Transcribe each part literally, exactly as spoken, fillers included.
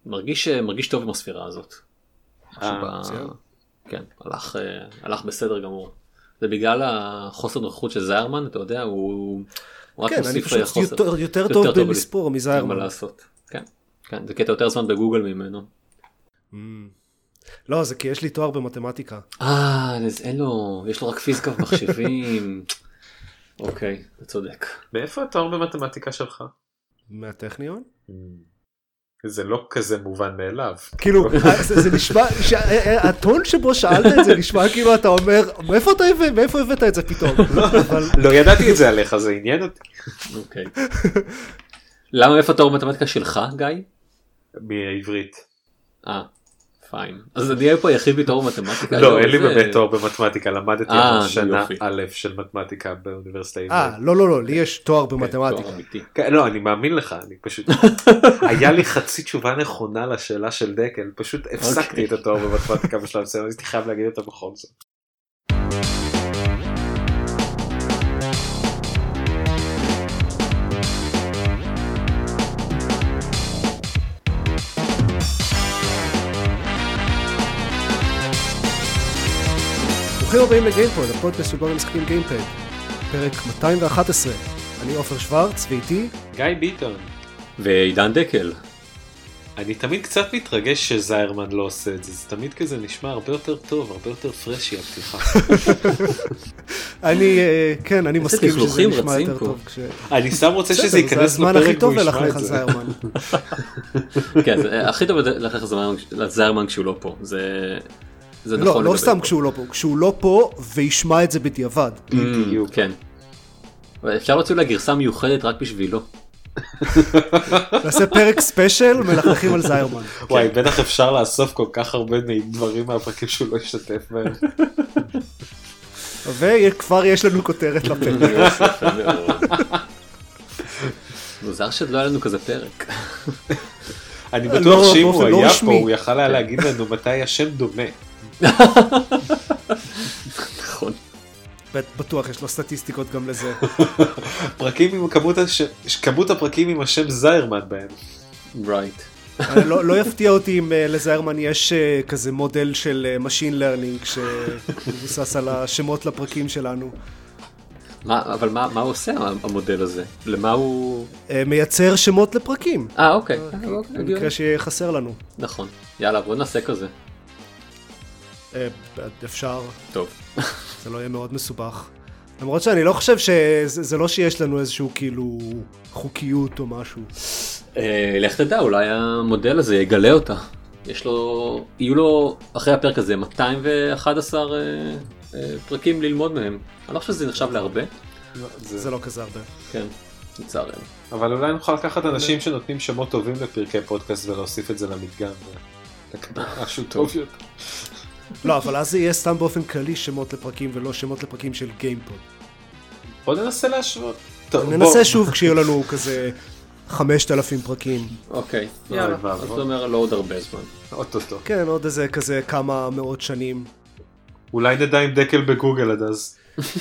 מרגיש, מרגיש טוב עם הספירה הזאת. כן, הלך, הלך בסדר גמור. זה בגלל החוסר נוכחות של זיירמן, אתה יודע, הוא... כן, אני פשוט יותר, יותר טוב במספור מזיירמן. מה לעשות. כן, כן, זה קטע יותר זמן בגוגל ממנו. לא, זה כי יש לי תואר במתמטיקה. אה, אין לו, יש לו רק פיזיקה ומחשבים. אוקיי, אתה צודק. מאיפה התואר במתמטיקה שלך? מהטכניון? זה לא כזה מובן מאליו. כאילו, זה נשמע, הטון שבו שאלת את זה נשמע כאילו אתה אומר, מאיפה הבאת את זה פתאום? לא ידעתי את זה עליך, זה עניין אותי. אוקיי. למה איפה תואר במתמטיקה שלך, גיא? בעברית. אה. פיין. אז אני אהיה פה היחיד בתואר במתמטיקה. לא, אין לי באמת תואר במתמטיקה, למדתי שנה א' של מתמטיקה באוניברסיטה העברית. אה, לא, לא, לא, לי יש תואר במתמטיקה. לא, אני מאמין לך, אני פשוט, היה לי חצי תשובה נכונה לשאלה של דקל, פשוט הפסקתי את התואר במתמטיקה בשלב מסוים, אז הייתי חייב להגיד אותה בכל זאת. ברוכים הבאים לגיימפוד, הפודקאסט שבו אנחנו משחקים גיימפד, פרק מאתיים ואחת עשרה. אני עופר שוורץ, ואיתי גיא ביטון ועידן דקל. אני תמיד קצת מתרגש שזיירמן לא עושה את זה, זה תמיד כזה נשמע הרבה יותר טוב, הרבה יותר פרשי הפתיחה. אני, כן, אני מסכים שזה נשמע יותר טוב. אני סתם רוצה שזה ייכנס בפרק והוא ישמע את זה. כן, הכי טוב ללכת לזיירמן כשהוא לא פה, זה... לא, לא סתם כשהוא לא פה, כשהוא לא פה וישמע את זה בדיעבד. בדיוק, כן. אפשר להוציא לה גרסה מיוחדת רק בשבילו. נעשה פרק ספיישל, מלכלכים על זיירמן. וואי, בטח אפשר לאסוף כל כך הרבה דברים מהפרקים שהוא לא ישתתף בהם. וכבר יש לנו כותרת לפרק. מוזר שלא היה לנו כזה פרק. אני בטוח שאם הוא היה פה, הוא יכל היה להגיד לנו מתי השם דומה. נכון. בטוח יש לו סטטיסטיקות גם לזה. פרקים עם כמות, כמות הפרקים עם השם זיירמן בהם. Right. לא, לא יפתיע אותי אם לזיירמן יש כזה מודל של machine learning שמבוסס על השמות לפרקים שלנו. מה, אבל מה, מה הוא עושה המודל הזה? למה הוא... מייצר שמות לפרקים. אה, אוקיי. במקרה שיחסר לנו. נכון. יאללה, בוא נעשה כזה. אפשר. טוב. זה לא יהיה מאוד מסובך. למרות שאני לא חושב שזה לא שיש לנו איזשהו כאילו חוקיות או משהו. לך תדע, אולי המודל הזה יגלה אותה. יש לו, יהיו לו אחרי הפרק הזה מאתיים ואחת עשרה פרקים ללמוד מהם. אני לא חושב שזה נחשב להרבה. זה לא כזה הרבה. כן, לצערנו. אבל אולי נוכל לקחת אנשים שנותנים שמות טובים לפרקי פודקאסט ולהוסיף את זה למדגם ולקבל משהו טוב יותר. לא, אבל אז זה יהיה סתם באופן כללי שמות לפרקים ולא שמות לפרקים של גיימפוד. בוא ננסה להשוות. ננסה שוב כשיהיו לנו כזה חמשת אלפים פרקים. אוקיי, יאללה. אז זאת אומרת לא עוד הרבה זמן. אוטוטו. כן, עוד איזה כזה כמה מאות שנים. אולי נדע עם דקל בגוגל עד אז.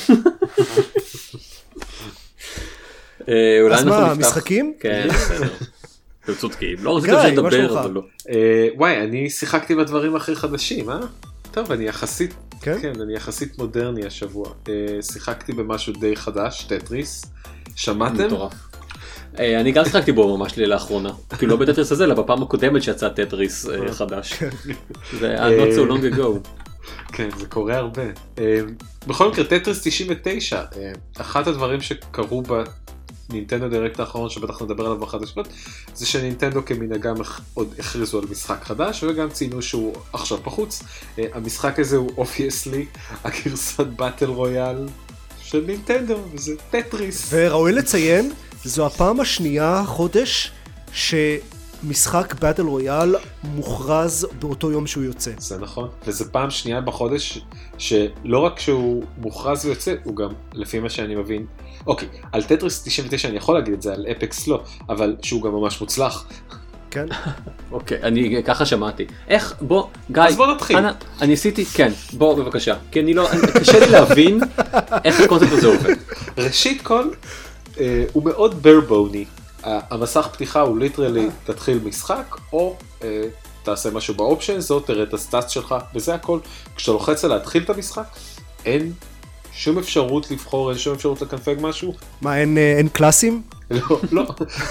אז מה, משחקים? כן, בסדר. אתם צודקים. לא רציתם שנדבר, אבל לא. וואי, אני שיחקתי בדברים הכי חדשים, אה? טוב, אני יחסית, כן, אני יחסית מודרני השבוע. שיחקתי במשהו די חדש, טטריס. שמעתם? מטורף. אני גם שיחקתי בו ממש לי לאחרונה. כאילו לא בטטריס הזה, אלא בפעם הקודמת שיצא טטריס חדש. זה היה not so long ago. כן, זה קורה הרבה. בכל מקרה, טטריס תשעים ותשע, אחת הדברים שקרו בנינטנדו דירקט האחרון, שבטח נדבר עליו בחדשות, זה שנינטנדו כמנהגם עוד הכריזו על משחק חדש, וגם ציינו שהוא עכשיו בחוץ. המשחק הזה הוא אובייסלי הגרסת באטל רויאל של נינטנדו, וזה טטריס. וראוי לציין, זו הפעם השנייה חודש ש... משחק באטל רויאל מוכרז באותו יום שהוא יוצא. זה נכון, וזה פעם שנייה בחודש שלא רק שהוא מוכרז ויוצא, הוא גם, לפי מה שאני מבין, אוקיי, על טטריס תשעים ותשע אני יכול להגיד את זה, על אפקס לא, אבל שהוא גם ממש מוצלח. כן. אוקיי, אני ככה שמעתי. איך, בוא, גיא. אז בוא נתחיל. אנה, אני עשיתי, כן, בוא בבקשה. כי אני לא, קשה לי להבין איך הקונספט הזה עובד. ראשית כל, הוא מאוד ברבוני. המסך פתיחה הוא ליטרלי תתחיל משחק, או תעשה משהו באופשנס, או תראה את הסטאצ שלך, וזה הכל. כשאתה לוחץ על להתחיל את המשחק, אין שום אפשרות לבחור, אין שום אפשרות לקנפג משהו. מה, אין, אין קלאסים? לא, לא.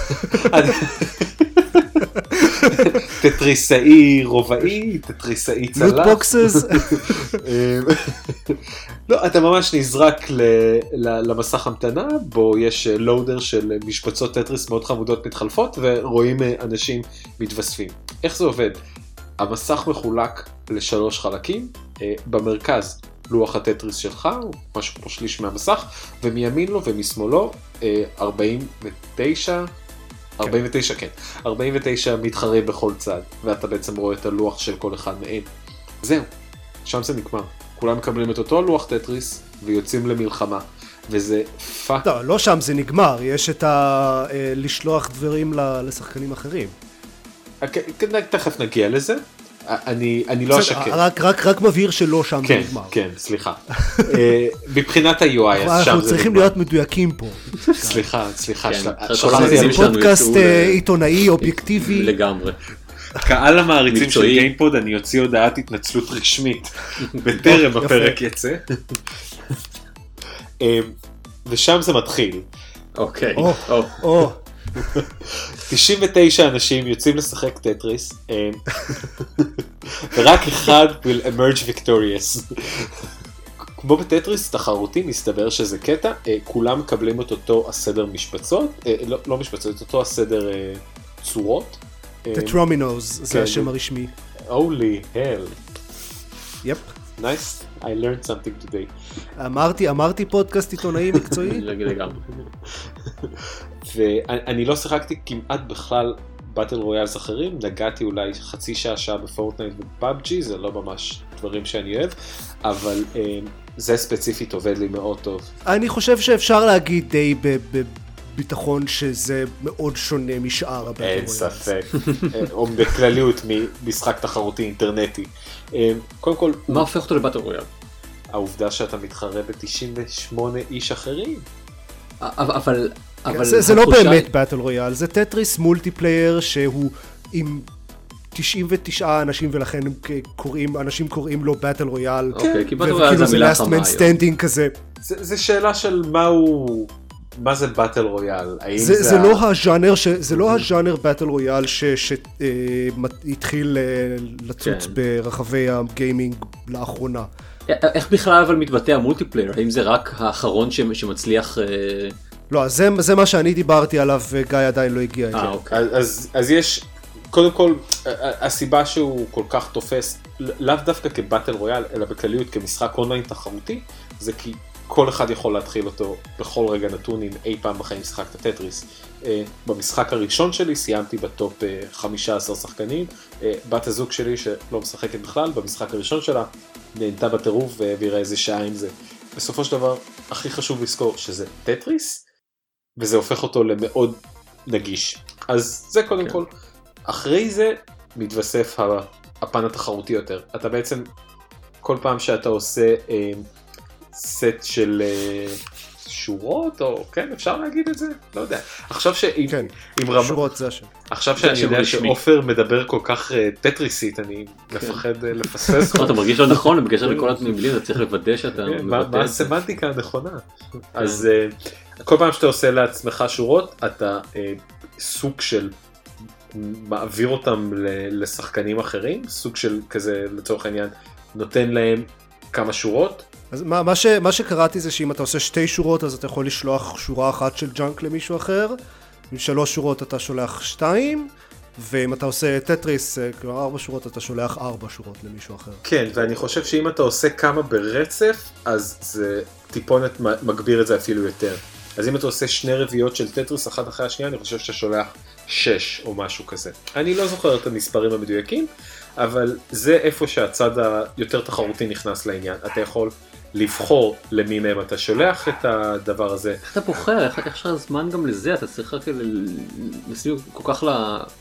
טטריסאי רובעי, טטריסאי צלח. לוט בוקסס. לא, אתה ממש נזרק למסך המתנה, בו יש לואודר של משבצות טטריס מאוד חמודות מתחלפות, ורואים אנשים מתווספים. איך זה עובד? המסך מחולק לשלוש חלקים, במרכז לוח הטטריס שלך, הוא משהו כמו שליש מהמסך, ומימין לו ומשמאלו ארבעים ותשע, ארבעים ותשע, כן, ארבעים ותשע מתחרים בכל צד, ואתה בעצם רואה את הלוח של כל אחד מהם. זהו, שם זה נגמר. כולם מקבלים את אותו לוח טטריס ויוצאים למלחמה, וזה פאק. לא, לא שם זה נגמר, יש את ה... לשלוח דברים לשחקנים אחרים. תכף נגיע לזה. אני, אני לא אשקר. רק, רק, רק מבהיר שלא שם כן, זה נגמר. כן, סליחה. מבחינת ה-יו איי, אז שם זה נגמר. אנחנו צריכים להיות מדויקים פה. סליחה, סליחה. זה פודקאסט עיתונאי, אובייקטיבי. לגמרי. קהל המעריצים של גיימפוד, אני אוציא הודעת התנצלות רשמית בטרם הפרק יצא. ושם זה מתחיל. אוקיי. או. תשעים ותשע אנשים יוצאים לשחק טטריס, ורק אחד will emerge victorious. כמו בטטריס תחרותי, מסתבר שזה קטע, כולם מקבלים את אותו הסדר משבצות, לא, לא משבצות, את אותו הסדר צורות. טטרומינו, זה השם הרשמי. Holy hell. יפ. Nice, I learned something today. אמרתי, אמרתי פודקאסט עיתונאי מקצועי? לגמרי. ואני לא שיחקתי כמעט בכלל באטל רויאלס אחרים, נגעתי אולי חצי שעה שעה בפורטנייט ובפאבג'י, זה לא ממש דברים שאני אוהב, אבל זה ספציפית עובד לי מאוד טוב. אני חושב שאפשר להגיד די בביטחון שזה מאוד שונה משאר הבאטל רויאלס. אין ספק, או בכלליות ממשחק תחרותי אינטרנטי. קודם כל, מה הופך אותו לבאטל רויאל? העובדה שאתה מתחרה ב-תשעים ושמונה איש אחרים. אבל... זה לא באמת באטל רויאל, זה טטריס מולטיפלייר שהוא עם תשעים ותשעה אנשים ולכן אנשים קוראים לו באטל רויאל. אוקיי, כי באטל רויאל זה המילה חמה היום. זה שאלה של מהו... מה זה באטל רויאל? זה לא הז'אנר, זה לא הז'אנר באטל רויאל שהתחיל לצוץ ברחבי הגיימינג לאחרונה. איך בכלל אבל מתבטא המולטיפלייר? האם זה רק האחרון שמצליח... לא, זה, זה מה שאני דיברתי עליו, וגיא עדיין לא הגיע אליו. אוקיי. אז, אז יש, קודם כל, הסיבה שהוא כל כך תופס, לאו דווקא כבאטל רויאל, אלא בכלליות כמשחק אונליין תחרותי, זה כי כל אחד יכול להתחיל אותו בכל רגע נתון, אם אי פעם בחיים שחקת טטריס. במשחק הראשון שלי סיימתי בטופ חמישה עשר שחקנים, בת הזוג שלי שלא משחקת בכלל, במשחק הראשון שלה נהנתה בטירוף והעבירה איזה שעה עם זה. בסופו של דבר, הכי חשוב לזכור שזה טטריס, וזה הופך אותו למאוד נגיש. אז זה קודם כל. אחרי זה מתווסף הפן התחרותי יותר. אתה בעצם, כל פעם שאתה עושה אה, סט של אה, שורות, או כן, אפשר להגיד את זה? לא יודע. עכשיו ש... כן, עם רב... שורות זה השם. עכשיו שאני יודע שאופר מדבר כל כך אה, טטריסית, אני מפחד אה, לפספס. אתה מרגיש לא נכון, בקשר לכל התמיבלים, אתה צריך לוודא שאתה מבטא את זה. מה הסמנטיקה הנכונה? אז... כל פעם שאתה עושה לעצמך שורות, אתה אה, סוג של מעביר אותם לשחקנים אחרים, סוג של כזה לצורך העניין, נותן להם כמה שורות. אז מה, מה, ש, מה שקראתי זה שאם אתה עושה שתי שורות, אז אתה יכול לשלוח שורה אחת של ג'אנק למישהו אחר, עם שלוש שורות אתה שולח שתיים, ואם אתה עושה טטריס, כלומר ארבע שורות, אתה שולח ארבע שורות למישהו אחר. כן, ואני חושב שאם אתה עושה כמה ברצף, אז זה טיפונת מגביר את זה אפילו יותר. אז אם אתה עושה שני רביעיות של טטריס אחת אחרי השנייה, אני חושב שאתה שולח שש או משהו כזה. אני לא זוכר את המספרים המדויקים, אבל זה איפה שהצד היותר תחרותי נכנס לעניין. אתה יכול לבחור למי מהם אתה שולח את הדבר הזה. איך אתה בוחר? איך יש לך זמן גם לזה? אתה צריך רק לשים כל כך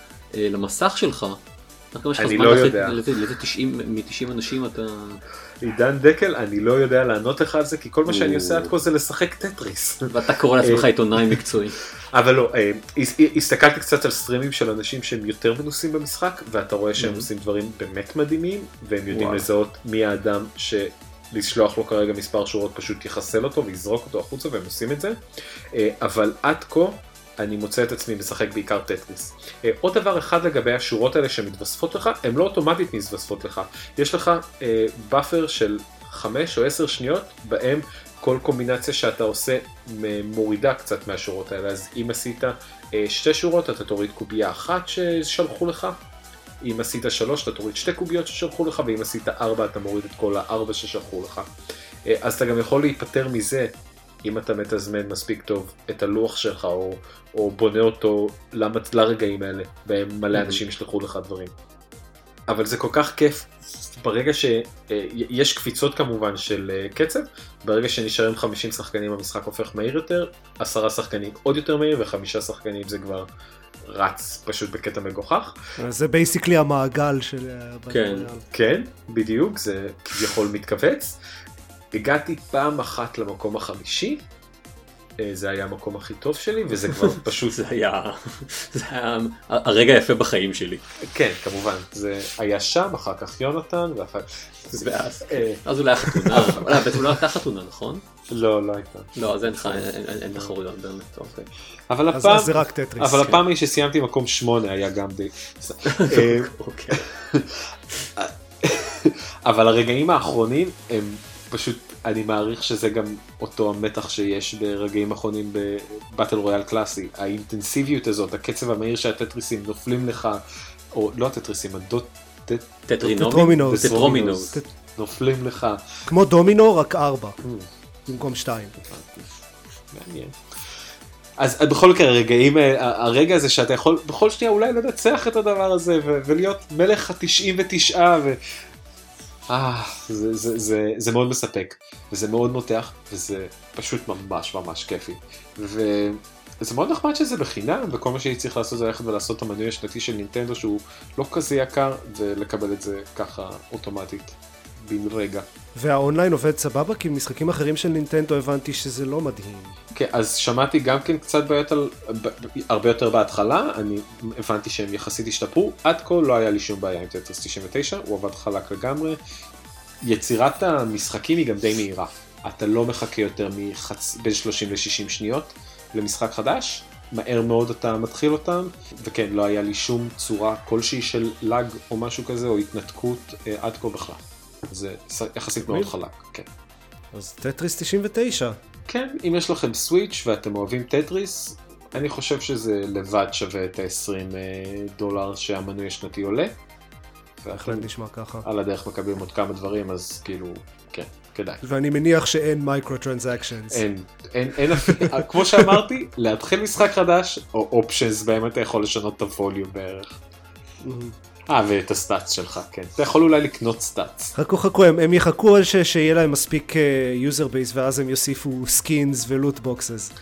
למסך שלך. אני לא יודע. לאיזה תשעים אנשים אתה... עידן דקל, אני לא יודע לענות לך על זה, כי כל מה שאני עושה עד כה זה לשחק טטריס. ואתה קורא לעצמך עיתונאי מקצועי. אבל לא, הסתכלתי קצת על סטרימים של אנשים שהם יותר מנוסים במשחק, ואתה רואה שהם עושים דברים באמת מדהימים, והם יודעים לזהות מי האדם שלשלוח לו כרגע מספר שורות פשוט יחסל אותו ויזרוק אותו החוצה, והם עושים את זה. אבל עד כה אני מוצא את עצמי משחק בעיקר טטריס. עוד דבר אחד לגבי השורות האלה שמתווספות לך, הן לא אוטומטית מתווספות לך. יש לך באפר של חמש או עשר שניות, בהם כל קומבינציה שאתה עושה מורידה קצת מהשורות האלה. אז אם עשית שתי שורות, אתה תוריד קובייה אחת ששלחו לך. אם עשית שלוש, אתה תוריד שתי קוביות ששלחו לך, ואם עשית ארבע, אתה מוריד את כל הארבע ששלחו לך. אז אתה גם יכול להיפטר מזה, אם אתה מתזמן מספיק טוב את הלוח שלך, או, או בונה אותו לרגעים האלה, והם מלא אנשים ישלחו לך דברים. אבל זה כל כך כיף, ברגע שיש קפיצות כמובן של קצב, ברגע שנשארים חמישים שחקנים המשחק הופך מהיר יותר, עשרה שחקנים עוד יותר מהיר, וחמישה שחקנים זה כבר רץ פשוט בקטע מגוחך. זה בייסיקלי המעגל של... כן, כן, בדיוק, זה כביכול מתכווץ. הגעתי פעם אחת למקום החמישי, זה היה המקום הכי טוב שלי, וזה כבר פשוט... זה היה, זה היה הרגע היפה בחיים שלי. כן, כמובן, זה היה שם, אחר כך יונתן, ואחר כך... אז אולי החתונה, אולי הייתה חתונה, נכון? לא, לא הייתה. לא, אז אין תחרויות באמת, טוב. אבל הפעם... אז זה רק טטריס. אבל הפעם היא שסיימתי מקום שמונה, היה גם די... אוקיי. אבל הרגעים האחרונים הם פשוט, אני מעריך שזה גם אותו המתח שיש ברגעים האחרונים בבטל רויאל קלאסי. האינטנסיביות הזאת, הקצב המהיר שהטטריסים נופלים לך, או לא הטטריסים, הדוט... טטרומינוס. טטרומינוס. נופלים לך. כמו דומינו, רק ארבע. במקום שתיים. מעניין. אז בכל מקרה, הרגעים, הרגע הזה שאתה יכול בכל שנייה אולי לנצח את הדבר הזה, ולהיות מלך ה-תשעים ותשע, ו... אה, זה, זה, זה, זה מאוד מספק, וזה מאוד מותח, וזה פשוט ממש ממש כיפי. וזה מאוד נחמד שזה בחינם, וכל מה שהיא צריך לעשות זה ללכת ולעשות את המנוי השנתי של נינטנדו, שהוא לא כזה יקר, ולקבל את זה ככה אוטומטית, בן רגע. והאונליין עובד סבבה, כי במשחקים אחרים של נינטנדו הבנתי שזה לא מדהים. כן, אז שמעתי גם כן קצת בעיות על, הרבה יותר בהתחלה, אני הבנתי שהם יחסית השתפרו, עד כה לא היה לי שום בעיה עם טטריס תשעים ותשע, הוא עבד חלק לגמרי. יצירת המשחקים היא גם די מהירה, אתה לא מחכה יותר מחצ... בין שלושים ל-שישים שניות למשחק חדש, מהר מאוד אתה מתחיל אותם, וכן, לא היה לי שום צורה כלשהי של לג או משהו כזה, או התנתקות עד כה בכלל. זה יחסית מאוד חלק, כן. אז טטריס תשעים ותשע. כן, אם יש לכם סוויץ' ואתם אוהבים טטריס, אני חושב שזה לבד שווה את ה-עשרים דולר שהמנוי השנתי עולה. בהחלט נשמע ככה. על הדרך מקבלים עוד כמה דברים, אז כאילו, כן, כדאי. ואני מניח שאין מייקרו-טרנזקשנס. אין, אין, אין, כמו שאמרתי, להתחיל משחק חדש, או אופשנס, בהם אתה יכול לשנות את הווליום בערך. אה, ואת הסטאצ שלך, כן. אתה יכול אולי לקנות סטאצ. חכו חכו, הם, הם יחכו על ש, שיהיה להם מספיק יוזר uh, בייס, ואז הם יוסיפו סקינס ולוט בוקסס.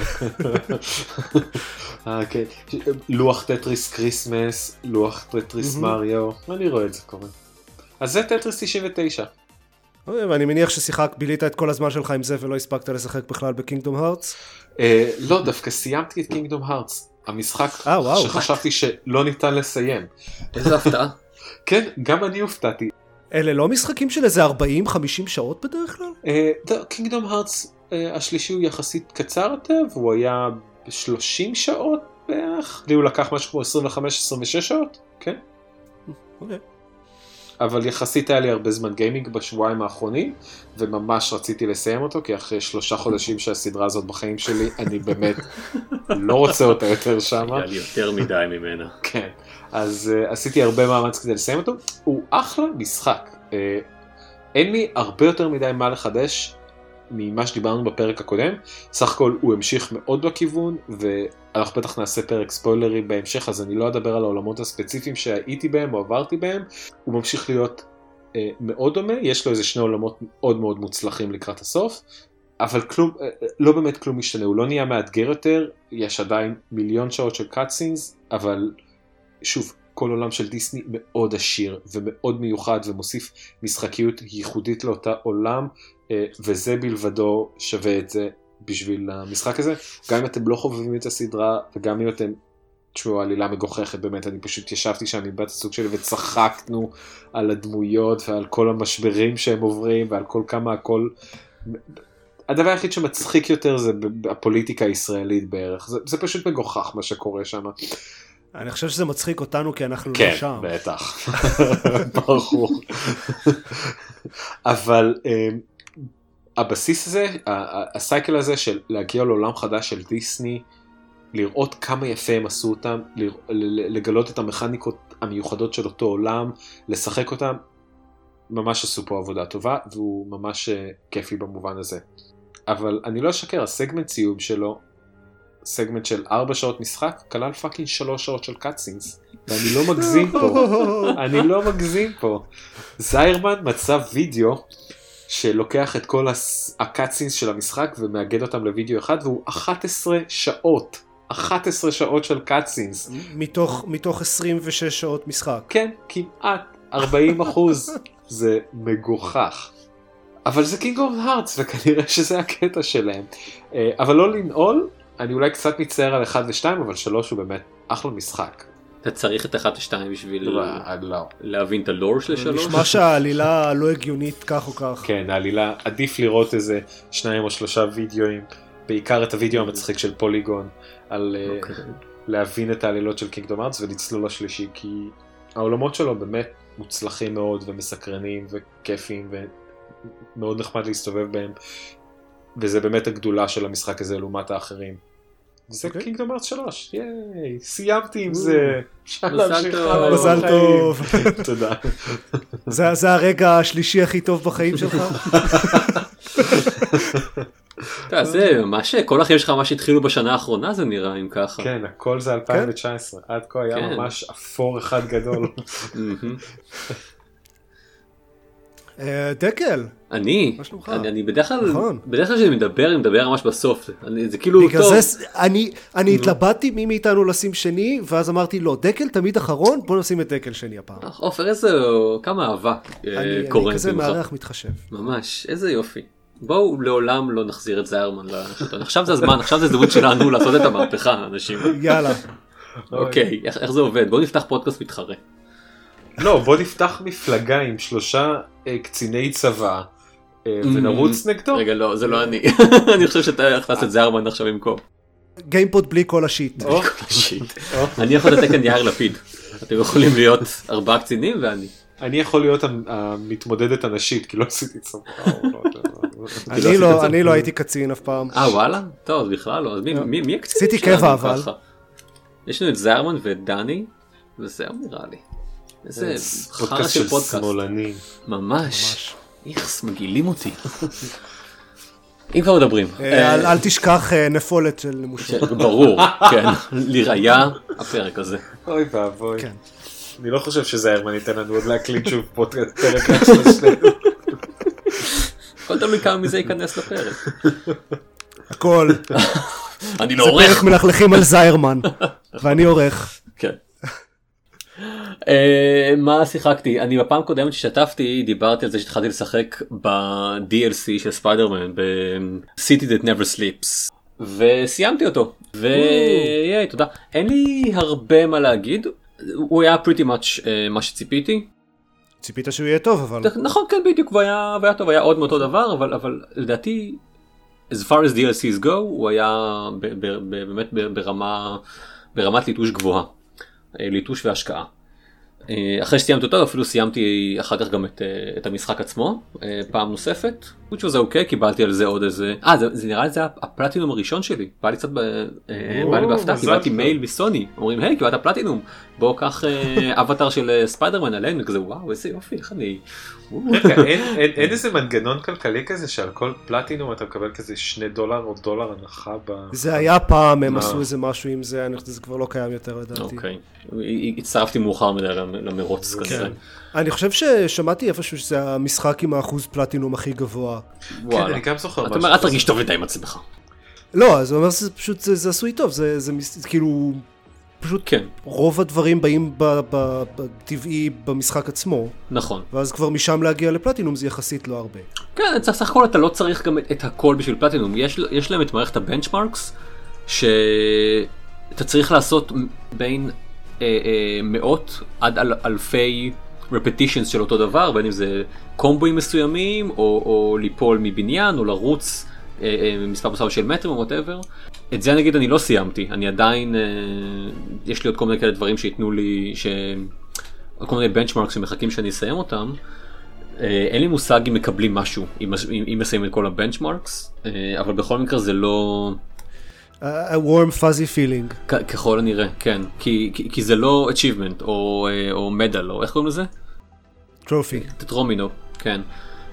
אה, כן. לוח טטריס קריסמס, לוח טטריס מריו, אני רואה את זה קורה. אז זה טטריס תשעים ותשע. ואני מניח ששיחק, בילית את כל הזמן שלך עם זה, ולא הספקת לשחק בכלל בקינגדום הארטס? לא, דווקא סיימתי את קינגדום הארטס. המשחק אה, שחשבתי שלא ניתן לסיים. איזה הפתעה. כן, גם אני הופתעתי. אלה לא משחקים של איזה ארבעים חמישים שעות בדרך כלל? קינגדום הארטס השלישי הוא יחסית קצר יותר, והוא היה ב-שלושים שעות בערך. לי הוא לקח משהו כמו עשרים וחמש עשרים ושש שעות, כן? אוקיי. אבל יחסית היה לי הרבה זמן גיימינג בשבועיים האחרונים, וממש רציתי לסיים אותו, כי אחרי שלושה חודשים שהסדרה הזאת בחיים שלי, אני באמת לא רוצה אותה יותר שמה. היה לי יותר מדי ממנה. כן, אז uh, עשיתי הרבה מאמץ כדי לסיים אותו. הוא אחלה משחק. Uh, אין לי הרבה יותר מדי מה לחדש ממה שדיברנו בפרק הקודם. סך הכל הוא המשיך מאוד בכיוון, ואנחנו בטח נעשה פרק ספוילרי בהמשך, אז אני לא אדבר על העולמות הספציפיים שהייתי בהם או עברתי בהם. הוא ממשיך להיות uh, מאוד דומה, יש לו איזה שני עולמות מאוד מאוד מוצלחים לקראת הסוף, אבל כלום, uh, לא באמת כלום משתנה, הוא לא נהיה מאתגר יותר, יש עדיין מיליון שעות של קאטסינס, אבל שוב, כל עולם של דיסני מאוד עשיר ומאוד מיוחד, ומוסיף משחקיות ייחודית לאותה עולם, וזה בלבדו שווה את זה בשביל המשחק הזה, גם אם אתם לא חובבים את הסדרה, וגם אם אתם, תשמעו, העלילה מגוחכת, באמת, אני פשוט ישבתי שם עם בת הסוג שלי, וצחקנו על הדמויות, ועל כל המשברים שהם עוברים, ועל כל כמה הכל, הדבר היחיד שמצחיק יותר זה הפוליטיקה הישראלית בערך, זה, זה פשוט מגוחך מה שקורה שם. אני חושב שזה מצחיק אותנו כי אנחנו כן, לא שם. כן, בטח. ברור. אבל הבסיס הזה, הסייקל הזה של להגיע לעולם חדש של דיסני, לראות כמה יפה הם עשו אותם, לגלות את המכניקות המיוחדות של אותו עולם, לשחק אותם, ממש עשו פה עבודה טובה, והוא ממש כיפי במובן הזה. אבל אני לא אשקר, הסגמנט ציוב שלו, סגמנט של ארבע שעות משחק, כלל פאקינג שלוש שעות של קאטסינס, ואני לא מגזים פה, אני לא מגזים פה. זיירמן מצא וידאו, שלוקח את כל הקאטסינס של המשחק, ומאגד אותם לוידאו אחד, והוא אחת עשרה שעות, אחת עשרה שעות של קאטסינס. מתוך, מתוך עשרים ושש שעות משחק. כן, כמעט ארבעים אחוז, זה מגוחך. אבל זה קינגדום הארטס, וכנראה שזה הקטע שלהם. אבל לא לנעול, אני אולי קצת מצטער על אחד ושתיים, אבל שלוש הוא באמת אחלה משחק. אתה צריך את אחד ושתיים בשביל לא. להבין את הלור של שלוש? נשמע שהעלילה לא הגיונית כך או כך. כן, העלילה, עדיף לראות איזה שניים או שלושה וידאוים, בעיקר את הוידאו המצחיק של פוליגון, על okay. להבין את העלילות של קינגדום הארטס ולצלול לשלישי, כי העולמות שלו באמת מוצלחים מאוד ומסקרנים וכיפים ומאוד נחמד להסתובב בהם, וזה באמת הגדולה של המשחק הזה לעומת האחרים. זה קינגדום הארטס שלוש, ייי, סיימתי עם זה. מזל טוב. תודה. זה הרגע השלישי הכי טוב בחיים שלך? זה ממש, כל החיים שלך ממש התחילו בשנה האחרונה, זה נראה אם ככה. כן, הכל זה אלפיים תשע עשרה, עד כה היה ממש אפור אחד גדול. דקל. אני, אני בדרך כלל, בדרך כלל שאני מדבר, אני מדבר ממש בסוף, זה כאילו טוב. אני התלבטתי מי מאיתנו לשים שני, ואז אמרתי לו, דקל תמיד אחרון, בוא נשים את דקל שני הפעם. עופר, איזה, כמה אהבה קורנת. אני כזה מארח מתחשב. ממש, איזה יופי. בואו לעולם לא נחזיר את זיירמן לשלטון. עכשיו זה הזמן, עכשיו זה הזדמנות שלנו לעשות את המהפכה, אנשים. יאללה. אוקיי, איך זה עובד? בואו נפתח פודקאסט מתחרה. לא, בוא נפתח מפלגה עם שלושה קציני צבא, ונרוץ נגדו. רגע, לא, זה לא אני. אני חושב שאתה הכנסת את זיירמן עכשיו במקום. גיימפוד בלי כל השיט. אני יכול לתת כאן יאיר לפיד. אתם יכולים להיות ארבעה קצינים ואני. אני יכול להיות המתמודדת הנשית, כי לא עשיתי צבא. אני לא הייתי קצין אף פעם. אה, וואלה? טוב, בכלל לא. אז מי הקצין? עשיתי קבע אבל. יש לנו את זיירמן ודני, וזהו נראה לי. איזה חרא של פודקאסט. ממש. איכס, מגעילים אותי. אם כבר מדברים. אל תשכח נפולת של נמושות. ברור, כן. לראיה הפרק הזה. אוי ואבוי. אני לא חושב שזיירמן ייתן לנו עוד להקליט שוב פודקאסט פרק של שנינו. כל תלוי כמה מזה ייכנס לפרק. הכל. אני לא עורך. זה פרק מלכלכים על זיירמן. ואני עורך. כן. מה שיחקתי? אני בפעם קודמת ששתפתי דיברתי על זה שהתחלתי לשחק ב-די אל סי של ספיידרמן ב-City That Never Sleeps וסיימתי אותו ויי תודה. אין לי הרבה מה להגיד, הוא היה pretty much מה שציפיתי. ציפית שהוא יהיה טוב אבל נכון, כן, בדיוק, הוא היה טוב, היה עוד מאותו דבר, אבל לדעתי as far as די אל סי's go הוא היה באמת ברמת ליטוש גבוהה, ליטוש והשקעה. אחרי שסיימתי אותו אפילו סיימתי אחר כך גם את, את המשחק עצמו פעם נוספת, which was okay, קיבלתי על זה עוד איזה, אה זה, זה נראה לי זה הפלטינום הראשון שלי, בא לי קצת, בא לי בהפתעה, קיבלתי מייל מסוני, אומרים היי קיבלת פלטינום, בוא קח אבטר של ספיידרמן עלינו, כזה וואו איזה יופי, איך אני... אין איזה מנגנון כלכלי כזה שעל כל פלטינום אתה מקבל כזה שני דולר או דולר הנחה ב... זה היה פעם, הם עשו איזה משהו עם זה, זה כבר לא קיים יותר לדעתי. אוקיי, הצטרפתי מאוחר מדי למרוץ כזה. אני חושב ששמעתי איפשהו שזה המשחק עם האחוז פלטינום הכי גבוה. כן, אני גם זוכר משהו. אתה אומר, את תרגיש טוב איתה עם עצמך. לא, זה אומר שזה פשוט, זה עשוי טוב, זה כאילו, פשוט כן. רוב הדברים באים בטבעי במשחק עצמו. נכון. ואז כבר משם להגיע לפלטינום זה יחסית לא הרבה. כן, סך הכל אתה לא צריך גם את הכל בשביל פלטינום. יש, יש להם את מערכת הבנצ'מרקס, שאתה צריך לעשות בין אה, אה, מאות עד אל, אלפי repetitions של אותו דבר, בין אם זה קומבויים מסוימים, או, או ליפול מבניין, או לרוץ אה, אה, מספר מסוים של מטרים או whatever. את זה נגיד אני לא סיימתי, אני עדיין, אה, יש לי עוד כל מיני כאלה דברים שיתנו לי, ש... כל מיני בנצ'מרקס שמחכים שאני אסיים אותם. אה, אין לי מושג אם מקבלים משהו, אם, אם, אם מסיים את כל הבנצ'מרקס, אה, אבל בכל מקרה זה לא... A warm fuzzy feeling. כ- ככל הנראה, כן, כי, כי, כי זה לא achievement, או, אה, או מדל, או איך קוראים לזה? Trophy. טטרומינו, כן.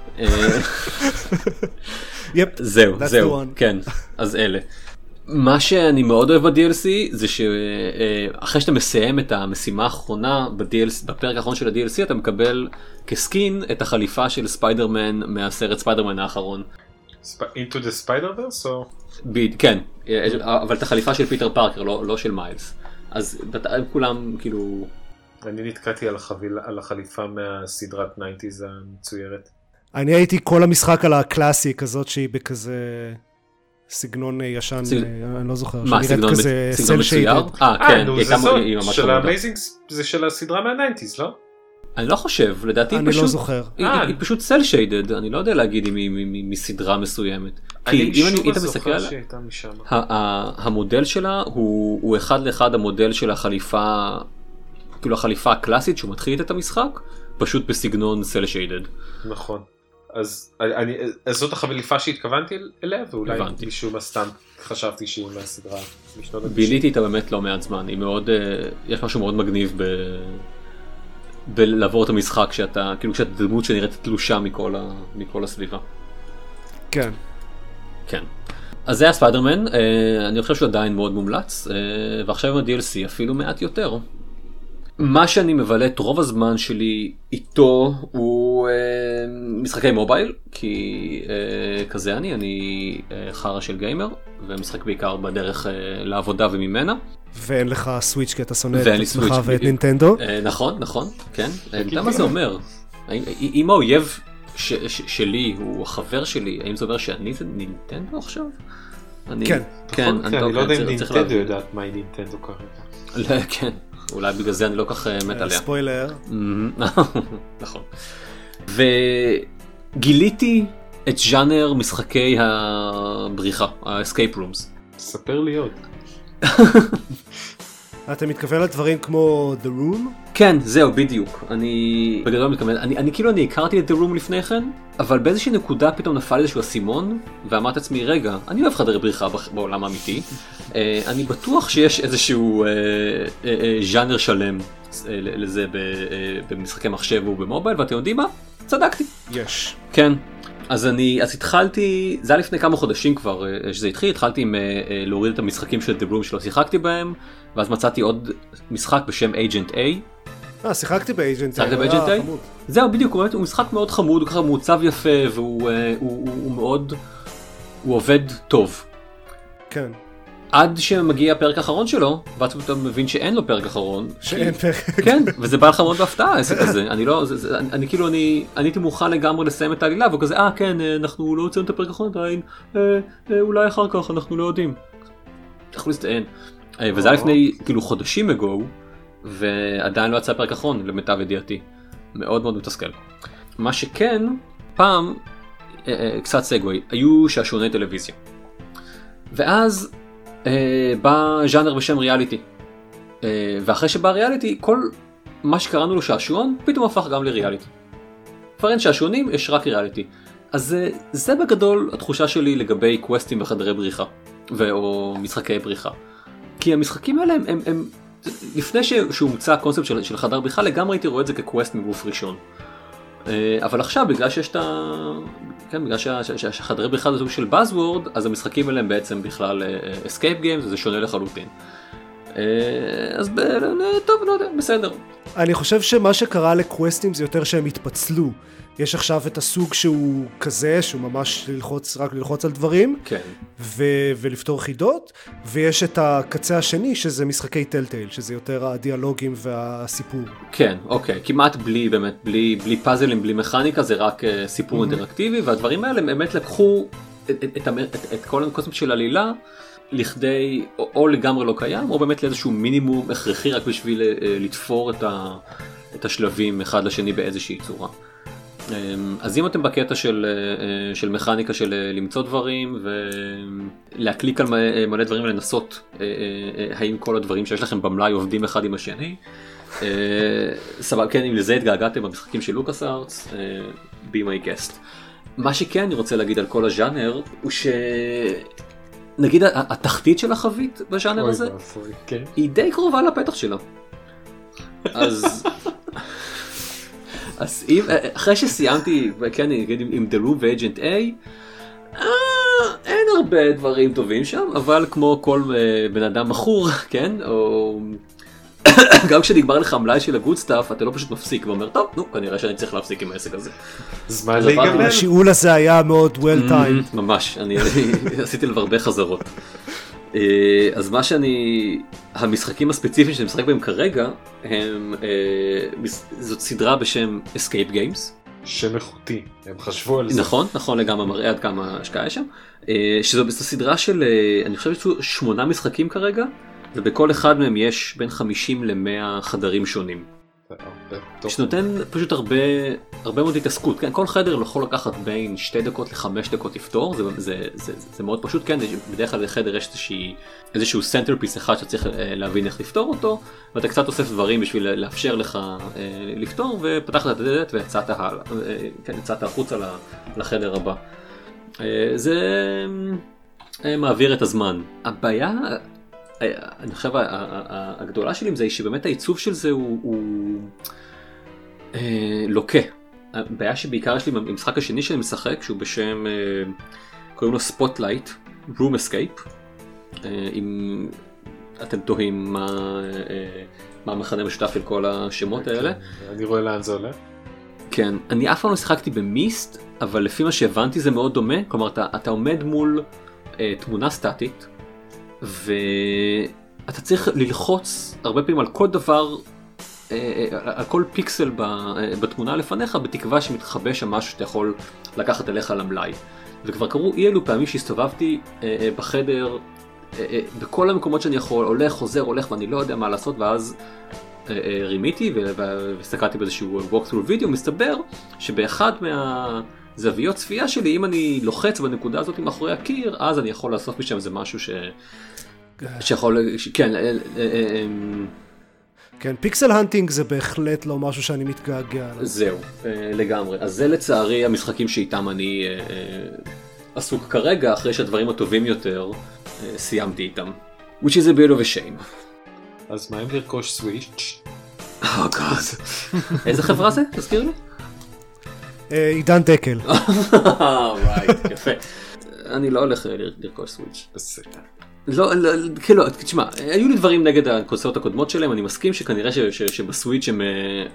יפ, זהו, that's זהו, the one. כן, אז אלה. מה שאני מאוד אוהב ב-די אל סי זה שאחרי שאתה מסיים את המשימה האחרונה ב-די אל סי, בפרק האחרון של ה-די אל סי אתה מקבל כסקין את החליפה של ספיידרמן מהסרט ספיידרמן האחרון. Into the Spider-Verse או? ב- כן, אבל את החליפה של פיטר פארקר, לא, לא של מיילס. אז הם כולם כאילו... אני נתקעתי על, החביל, על החליפה מהסדרת תשעים המצוירת. אני הייתי כל המשחק על הקלאסי כזאת שהיא בכזה סגנון ישן, סג... אני לא זוכר, מה, סגנון, כזה סגנון מצויר? shaded. אה, כן, נו, היא זה הייתה- זאת, היא ממש של חמודה. האמייזינג, זה של הסדרה מה-תשעים, לא? אני לא חושב, לדעתי היא אני פשוט... לא זוכר. היא, אה. היא פשוט סל שיידד, אני לא יודע להגיד אם היא מ- מ- מסדרה מסוימת. אני כי אם משום אני, מה היית מסתכל זוכר על... שהייתה משם. ה- ה- המודל שלה הוא, הוא אחד לאחד המודל של החליפה, כאילו החליפה הקלאסית שהוא מתחיל את המשחק, פשוט בסגנון סל שיידד. נכון. אז, אני, אז זאת החליפה שהתכוונתי אליה, ואולי הבנתי. משום מה סתם חשבתי שהיא מהסדרה משנות ה-תשעים. ביליתי איתה באמת לא מעט זמן, היא מאוד, אה, יש משהו מאוד מגניב ב... בלעבור את המשחק שאתה, כאילו כשאתה דמות שנראית תלושה מכל, ה... מכל הסביבה. כן. כן. אז זה היה ספיידרמן, אה, אני חושב שהוא עדיין מאוד מומלץ, אה, ועכשיו עם ה-די אל סי אפילו מעט יותר. מה שאני מבלה את רוב הזמן שלי איתו הוא אה, משחקי מובייל, כי אה, כזה אני, אני אה, חרה של גיימר, ומשחק בעיקר בדרך אה, לעבודה וממנה. ואין לך סוויץ' כי אתה שונא את ואין לי עצמך סוויץ', ואת בדיוק. נינטנדו. אה, נכון, נכון, כן. אה, אתה יודע מה זה אומר? האם- אם האויב ש- ש- שלי הוא החבר שלי, האם זה אומר שאני זה נינטנדו עכשיו? אני- כן. כן, נכון, אני לא יודע אם צריך- צריך נינטנדו להבין. יודעת מהי נינטנדו כרגע. לא, כן, אולי בגלל זה אני לא כך אה, מת עליה. ספוילר. נכון. וגיליתי את ז'אנר משחקי הבריחה, ה-escape rooms. ספר לי עוד. אתה מתכוון לדברים כמו The Room? כן, זהו, בדיוק. אני בגדול מתכוון, אני, אני כאילו אני הכרתי את The Room לפני כן, אבל באיזושהי נקודה פתאום נפל איזשהו אסימון, ואמרתי לעצמי, רגע, אני אוהב חדרי בריחה בעולם האמיתי, אה, אני בטוח שיש איזשהו אה, אה, אה, ז'אנר שלם אה, לזה ב, אה, במשחקי מחשב ובמובייל, ואתם יודעים מה? צדקתי. יש. כן. אז אני, אז התחלתי, זה היה לפני כמה חודשים כבר אה, שזה התחיל, התחלתי עם אה, אה, להוריד את המשחקים של The Room שלא שיחקתי בהם, ואז מצאתי עוד משחק בשם Agent A. אה, שיחקתי באג'נט. שיחקת באג'נט A? זהו, בדיוק, הוא, באמת, הוא משחק מאוד חמוד, הוא ככה מעוצב יפה, והוא אה, הוא, הוא, הוא מאוד, הוא עובד טוב. כן. עד שמגיע הפרק האחרון שלו, ואז אתה מבין שאין לו פרק אחרון. שאין כי- פרק. כן, וזה בא לך מאוד בהפתעה העסק הזה. אני לא, זה, זה, אני, אני כאילו, אני, אני הייתי מוכן לגמרי לסיים את העלילה, וכזה, אה, כן, אה, אנחנו לא יוצאים את הפרק האחרון עדיין, אה, אה, אולי אחר כך, אנחנו לא יודעים. אנחנו להסתען. אה, וזה היה לפני, כאילו, חודשים אגו, ועדיין לא יצא הפרק האחרון, למיטב ידיעתי. מאוד מאוד מתסכל. מה שכן, פעם, אה, אה, קצת סגווי, היו שעשוני טלוויזיה. ואז, אה, בא ז'אנר בשם ריאליטי. אה, ואחרי שבא ריאליטי, כל מה שקראנו לו שעשועון, פתאום הפך גם לריאליטי. כבר אין שעשועונים, יש רק ריאליטי. אז זה, זה בגדול התחושה שלי לגבי קווסטים וחדרי בריחה, ו- או משחקי בריחה. כי המשחקים האלה הם, הם, הם לפני ש- שהומצא הקונספט של, של חדר בריחה, לגמרי הייתי רואה את זה כקווסט מגוף ראשון. אה, אבל עכשיו, בגלל שיש את ה... כן, בגלל שה- שה- שה- שהחדרי בריחה זה סוג של Buzzword, אז המשחקים האלה הם בעצם בכלל Escape Games, וזה שונה לחלוטין. אז טוב, לא יודע, בסדר. אני חושב שמה שקרה לקווסטים זה יותר שהם התפצלו. יש עכשיו את הסוג שהוא כזה, שהוא ממש ללחוץ, רק ללחוץ על דברים, כן. ו- ולפתור חידות, ויש את הקצה השני, שזה משחקי טלטייל, שזה יותר הדיאלוגים והסיפור. כן, אוקיי, כמעט בלי, באמת, בלי, בלי פאזלים, בלי מכניקה, זה רק uh, סיפור mm-hmm. אינטראקטיבי, והדברים האלה באמת לקחו את, את, את, את, את כל הקונספט של עלילה, לכדי, או, או לגמרי לא קיים, או באמת לאיזשהו מינימום הכרחי, רק בשביל uh, לתפור את, ה, את השלבים אחד לשני באיזושהי צורה. אז אם אתם בקטע של, של מכניקה של למצוא דברים ולהקליק על מלא דברים ולנסות האם כל הדברים שיש לכם במלאי עובדים אחד עם השני, סבבה, כן, אם לזה התגעגעתם במשחקים של לוקאס ארטס, be my guest. מה שכן אני רוצה להגיד על כל הז'אנר הוא שנגיד התחתית של החבית בז'אנר הזה היא די קרובה לפתח שלה. אז אז אם, אחרי שסיימתי, כן, נגיד עם The Room ו-Agent A, אין הרבה דברים טובים שם, אבל כמו כל בן אדם מכור, כן, או גם כשנגמר לך המלאי של הגוד סטאפ, אתה לא פשוט מפסיק ואומר, טוב, נו, כנראה שאני צריך להפסיק עם העסק הזה. זמן להיגמר. השיעול הזה היה מאוד well timed. ממש, אני עשיתי לו הרבה חזרות. אז מה שאני, המשחקים הספציפיים שאני משחק בהם כרגע, הם, זאת סדרה בשם Escape Games. שם איכותי, הם חשבו על זה. נכון, נכון לגמרי, מראה עד כמה השקעה יש שם. שזו סדרה של, אני חושב שיש שמונה משחקים כרגע, ובכל אחד מהם יש בין חמישים למאה חדרים שונים. שנותן פשוט הרבה, הרבה מאוד התעסקות, כן, כל חדר יכול לקחת בין שתי דקות לחמש דקות לפתור, זה, זה, זה, זה מאוד פשוט, כן, בדרך כלל לחדר יש איזושהי, איזשהו סנטרפיס אחד שצריך להבין איך לפתור אותו, ואתה קצת אוסף דברים בשביל לאפשר לך לפתור, ופתחת את הדלת ויצאת הלאה, כן, יצאת החוצה לחדר הבא. זה מעביר את הזמן. הבעיה, אני חושב הגדולה שלי עם זה היא שבאמת העיצוב של זה הוא, הוא אה, לוקה. הבעיה שבעיקר יש לי עם המשחק השני שאני משחק שהוא בשם, אה, קוראים לו Spotlight Room Escape. אה, אם אתם תוהים מה, אה, מה המכנה משותף של כל השמות האלה. אני רואה לאן זה עולה. כן, אני אף פעם לא שיחקתי במיסט, אבל לפי מה שהבנתי זה מאוד דומה. כלומר אתה, אתה עומד מול אה, תמונה סטטית, ואתה צריך ללחוץ הרבה פעמים על כל דבר, על כל פיקסל בתמונה לפניך, בתקווה שמתחבא שם משהו שאתה יכול לקחת אליך למלאי. וכבר קראו אי אלו פעמים שהסתובבתי בחדר, בכל המקומות שאני יכול, הולך, חוזר, הולך ואני לא יודע מה לעשות, ואז רימיתי והסתכלתי באיזשהו walkthrough וידאו, מסתבר שבאחד מה... זוויות צפייה שלי, אם אני לוחץ בנקודה הזאת מאחורי הקיר, אז אני יכול לאסוף משם זה משהו ש... שיכול... כן. כן, פיקסל הנטינג זה בהחלט לא משהו שאני מתגעגע עליו. זהו, לגמרי. אז זה לצערי המשחקים שאיתם אני עסוק כרגע, אחרי שהדברים הטובים יותר סיימתי איתם. Which is a bit of a shame. אז מה אם לרכוש סוויץ'? Oh God. איזה חברה זה? תזכיר לי? עידן דקל. Right, יפה. אני לא הולך לרכוש סוויץ'. בסדר. לא, כאילו, תשמע, היו לי דברים נגד הקונסולות הקודמות שלהם, אני מסכים שכנראה שבסוויץ' הם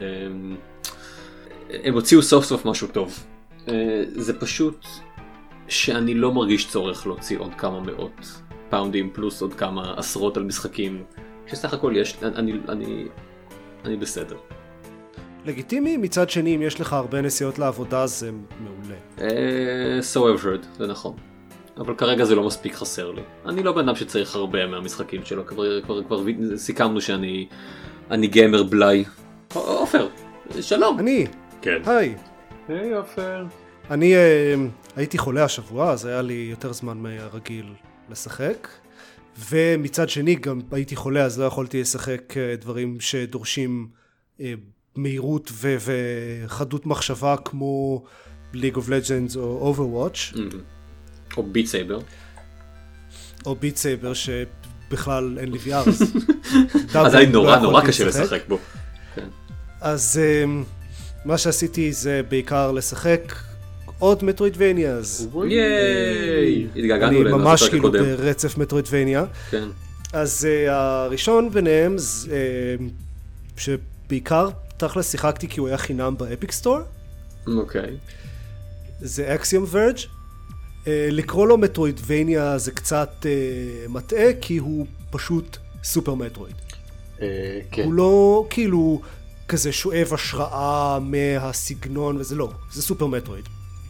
הם הוציאו סוף סוף משהו טוב. זה פשוט שאני לא מרגיש צורך להוציא עוד כמה מאות פאונדים פלוס עוד כמה עשרות על משחקים, שסך הכל יש, אני, אני, אני בסדר. לגיטימי, מצד שני, אם יש לך הרבה נסיעות לעבודה, זה מעולה. So I've heard, זה נכון. אבל כרגע זה לא מספיק חסר לי. אני לא בן אדם שצריך הרבה מהמשחקים שלו, כבר, כבר, כבר סיכמנו שאני אני גיימר בלי. אופר, שלום. אני. כן. היי. היי אופר. אני אה, הייתי חולה השבוע, אז היה לי יותר זמן מהרגיל לשחק. ומצד שני, גם הייתי חולה, אז לא יכולתי לשחק דברים שדורשים אה, מהירות ו- וחדות מחשבה כמו League of Legends או Overwatch. Mm-hmm. או ביט סייבר. או ביט סייבר שבכלל אין לי וי אר. אז היה נורא נורא קשה לשחק בו. אז מה שעשיתי זה בעיקר לשחק עוד מטרוידבניאז. ייי! התגעגענו אני ממש כאילו ברצף מטרוידבניה. כן. אז uh, הראשון ביניהם, uh, שבעיקר תכלס שיחקתי כי הוא היה חינם באפיק סטור. אוקיי. זה אקסיום ורג'. Uh, לקרוא לו מטרואידבניה זה קצת uh, מטעה, כי הוא פשוט סופר מטרואיד. Uh, כן. הוא לא כאילו כזה שואב השראה מהסגנון וזה לא, זה סופר מטרואיד.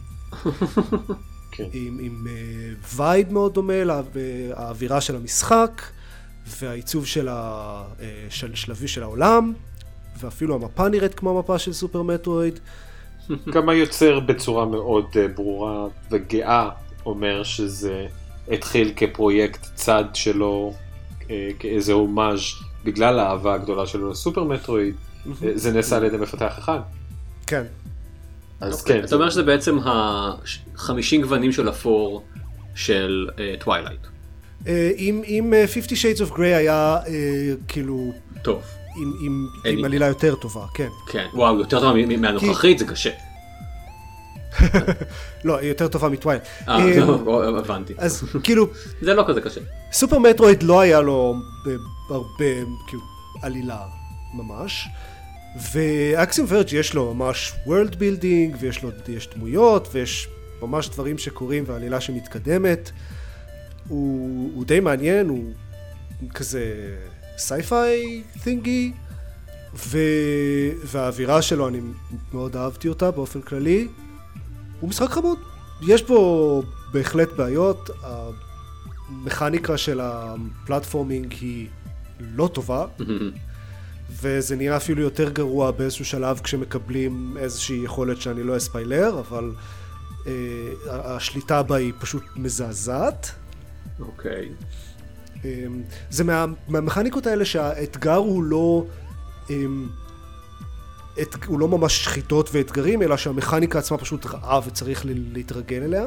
כן. עם, עם uh, וייב מאוד דומה לאווירה של המשחק, והעיצוב של, ה, uh, של שלבי של העולם, ואפילו המפה נראית כמו המפה של סופר מטרואיד. גם היוצר בצורה מאוד uh, ברורה וגאה אומר שזה התחיל כפרויקט צד שלו, uh, כאיזה הומאז' בגלל האהבה הגדולה שלו לסופר מטרואיד. uh, זה נעשה על ידי מפתח אחד. כן. אז okay. כן. אתה אומר שזה בעצם ה-חמישים גוונים של אפור של טווילייט. Uh, uh, אם, אם uh, Fifty Shades of Grey היה uh, כאילו... טוב. עם, עם, עם עלילה יותר טובה, כן. כן, וואו, יותר טובה מהנוכחית, זה קשה. לא, היא יותר טובה מטווילייט. אה, לא, הבנתי. אז כאילו... זה לא כזה קשה. סופר מטרואיד לא היה לו הרבה, כאילו, עלילה ממש. ואקסיום ורג' יש לו ממש world building, ויש לו, יש דמויות, ויש ממש דברים שקורים, ועלילה שמתקדמת. הוא, הוא די מעניין, הוא כזה... סייפיי תינגי, ו... והאווירה שלו, אני מאוד אהבתי אותה באופן כללי. הוא משחק חמוד. יש בו בהחלט בעיות. המכניקה של הפלטפורמינג היא לא טובה, וזה נראה אפילו יותר גרוע באיזשהו שלב כשמקבלים איזושהי יכולת שאני לא אספיילר, אבל אה, השליטה בה היא פשוט מזעזעת. אוקיי. זה מה, מהמכניקות האלה שהאתגר הוא לא, את, הוא לא ממש שחיטות ואתגרים, אלא שהמכניקה עצמה פשוט רעה וצריך להתרגל אליה.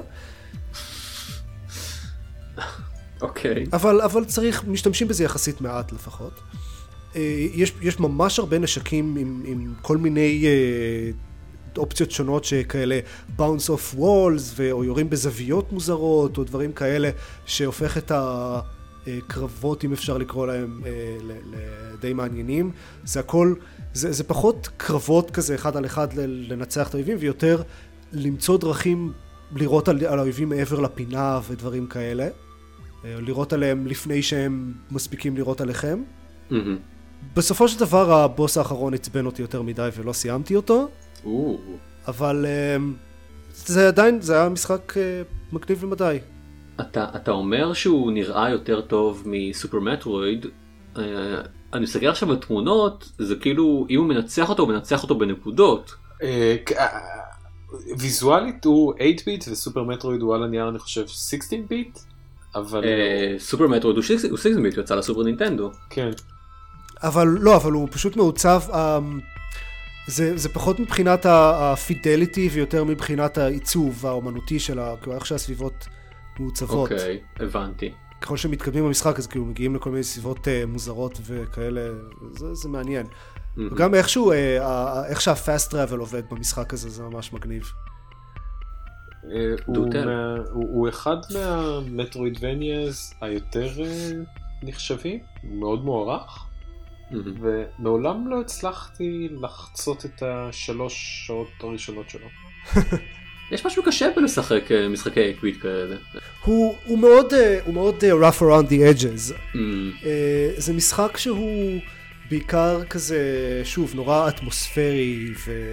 אוקיי. Okay. אבל, אבל צריך, משתמשים בזה יחסית מעט לפחות. יש, יש ממש הרבה נשקים עם, עם כל מיני אופציות שונות שכאלה bounce off walls, או יורים בזוויות מוזרות, או דברים כאלה שהופך את ה... קרבות, אם אפשר לקרוא להם, די מעניינים. זה הכל, זה, זה פחות קרבות כזה אחד על אחד לנצח את האויבים, ויותר למצוא דרכים לראות על, על האויבים מעבר לפינה ודברים כאלה. לראות עליהם לפני שהם מספיקים לראות עליכם. Mm-hmm. בסופו של דבר הבוס האחרון הצבן אותי יותר מדי ולא סיימתי אותו. Ooh. אבל זה עדיין, זה היה משחק מגניב למדי. אתה, אתה אומר שהוא נראה יותר טוב מסופר מטרואיד. אה, אני מסתכל עכשיו על תמונות, זה כאילו, אם הוא מנצח אותו, הוא מנצח אותו בנקודות. אה, ויזואלית הוא שמונה ביט וסופר מטרואיד הוא על הנייר אני חושב שש עשרה ביט, אבל... אה, סופר מטרואיד הוא שש עשרה ביט, הוא יצא לסופר נינטנדו. כן. אבל לא, אבל הוא פשוט מעוצב, זה, זה פחות מבחינת הפידליטי ויותר מבחינת העיצוב האומנותי של איך שהסביבות מעוצבות. אוקיי, הבנתי. ככל שמתקדמים במשחק אז כאילו מגיעים לכל מיני סביבות uh, מוזרות וכאלה, זה, זה מעניין. Mm-hmm. וגם איכשהו, uh, איך שה-fast travel עובד במשחק הזה, זה ממש מגניב. Uh, הוא, מה, הוא, הוא אחד מהמטרואידבניאז היותר uh, נחשבים, הוא מאוד מוערך, mm-hmm. ומעולם לא הצלחתי לחצות את השלוש שעות הראשונות שלו. יש משהו קשה בלשחק משחקי אקוויט כאלה. הוא, הוא מאוד, הוא מאוד rough around the edges. Mm. זה משחק שהוא בעיקר כזה, שוב, נורא אטמוספרי,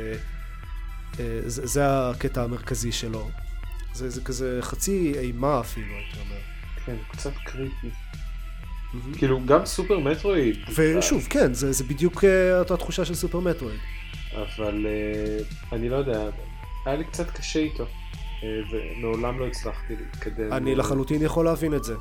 וזה הקטע המרכזי שלו. זה, זה כזה חצי אימה אפילו, הייתי אומר. כן, קצת קריפי. Mm-hmm. כאילו, גם סופר מטרואיד. ושוב, כן, זה, זה בדיוק אותה תחושה של סופר מטרואיד. אבל אני לא יודע... היה לי קצת קשה איתו, ומעולם לא הצלחתי להתקדם. אני לחלוטין יכול להבין את זה.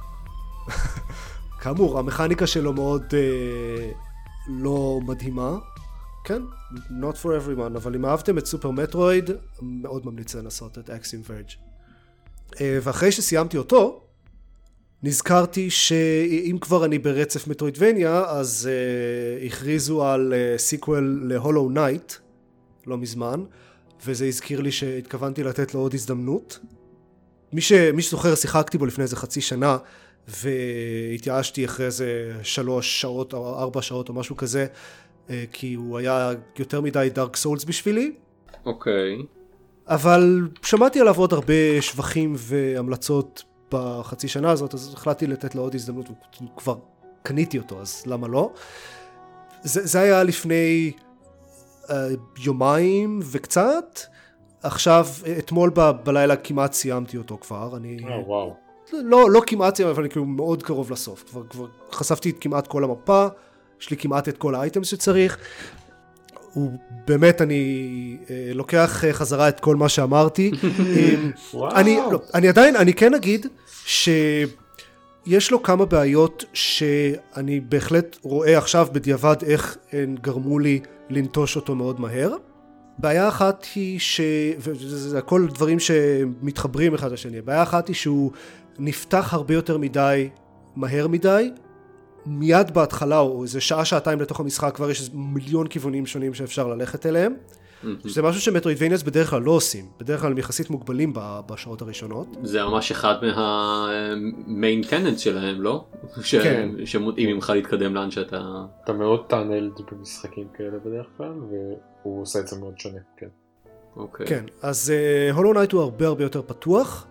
כאמור, המכניקה שלו מאוד אה, לא מדהימה. כן, not for everyone, אבל אם אהבתם את סופר מטרואיד, מאוד ממליץ לנסות את אקסיום ורג'. אה, ואחרי שסיימתי אותו, נזכרתי שאם כבר אני ברצף מטרואידבניה, אז אה, הכריזו על אה, סיקוול להולו נייט, לא מזמן, וזה הזכיר לי שהתכוונתי לתת לו עוד הזדמנות. מי, ש... מי שזוכר, שיחקתי בו לפני איזה חצי שנה, והתייאשתי אחרי זה שלוש שעות או ארבע שעות או משהו כזה, כי הוא היה יותר מדי דארק סולס בשבילי. אוקיי. אבל שמעתי עליו עוד הרבה שבחים והמלצות בחצי שנה הזאת, אז החלטתי לתת לו עוד הזדמנות, וכבר קניתי אותו, אז למה לא? זה, זה היה לפני uh, יומיים וקצת, עכשיו, אתמול ב, בלילה כמעט סיימתי אותו כבר, אני... Oh, וואו. לא, לא כמעט סיימתי, אבל אני כאילו מאוד קרוב לסוף, כבר, כבר חשפתי את כמעט כל המפה, יש לי כמעט את כל האייטמס שצריך, הוא באמת, אני אה, לוקח אה, חזרה את כל מה שאמרתי. וואו. אני, לא, אני עדיין, אני כן אגיד שיש לו כמה בעיות שאני בהחלט רואה עכשיו בדיעבד איך הן גרמו לי לנטוש אותו מאוד מהר. בעיה אחת היא ש... וזה הכל דברים שמתחברים אחד לשני. בעיה אחת היא שהוא נפתח הרבה יותר מדי, מהר מדי, מיד בהתחלה, או איזה שעה, שעתיים לתוך המשחק, כבר יש מיליון כיוונים שונים שאפשר ללכת אליהם. זה משהו שמטרוידבניאס בדרך כלל לא עושים. בדרך כלל הם יחסית מוגבלים בשעות הראשונות. זה ממש אחד מהמיין טננטס שלהם, לא? כן. שמונעים ממך להתקדם לאן שאתה... אתה מאוד טאנלד במשחקים כאלה בדרך כלל, והוא עושה את זה מאוד שונה, כן. אוקיי. כן, אז הולו נייט הוא הרבה הרבה יותר פתוח,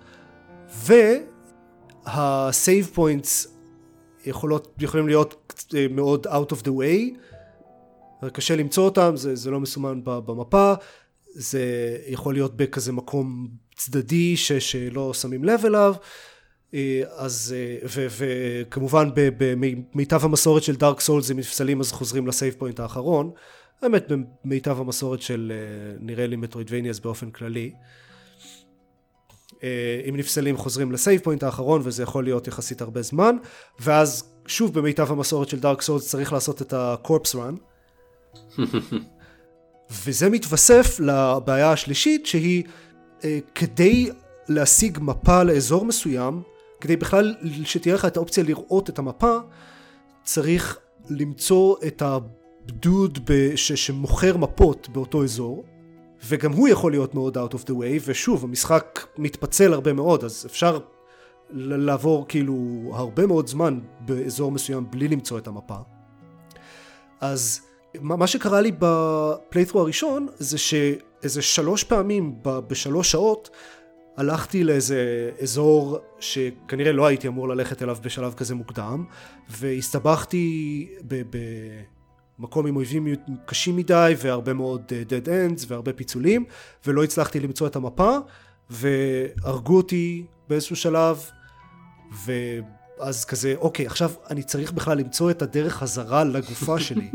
וה-save points יכולות, יכולים להיות מאוד out of the way, קשה למצוא אותם, זה, זה לא מסומן במפה, זה יכול להיות בכזה מקום צדדי ש, שלא שמים לב אליו, אז, ו, וכמובן במיטב המסורת של דארק סולס, אם נפסלים אז חוזרים לסייב פוינט האחרון, האמת במיטב המסורת של נראה לי מטרוידבניאס באופן כללי, אם נפסלים חוזרים לסייב פוינט האחרון, וזה יכול להיות יחסית הרבה זמן, ואז שוב במיטב המסורת של דארק סולס צריך לעשות את הקורפס רן, וזה מתווסף לבעיה השלישית, שהיא כדי להשיג מפה לאזור מסוים, כדי בכלל שתהיה לך את האופציה לראות את המפה, צריך למצוא את הבדוד שמוכר מפות באותו אזור, וגם הוא יכול להיות מאוד out of the way, ושוב, המשחק מתפצל הרבה מאוד, אז אפשר לעבור כאילו הרבה מאוד זמן באזור מסוים בלי למצוא את המפה. אז מה שקרה לי בפליית'רו הראשון, זה שאיזה שלוש פעמים בשלוש שעות, הלכתי לאיזה אזור שכנראה לא הייתי אמור ללכת אליו בשלב כזה מוקדם, והסתבכתי במקום עם אויבים קשים מדי, והרבה מאוד dead ends והרבה פיצולים, ולא הצלחתי למצוא את המפה, והרגו אותי באיזשהו שלב, ואז כזה, אוקיי, עכשיו אני צריך בכלל למצוא את הדרך חזרה לגופה שלי.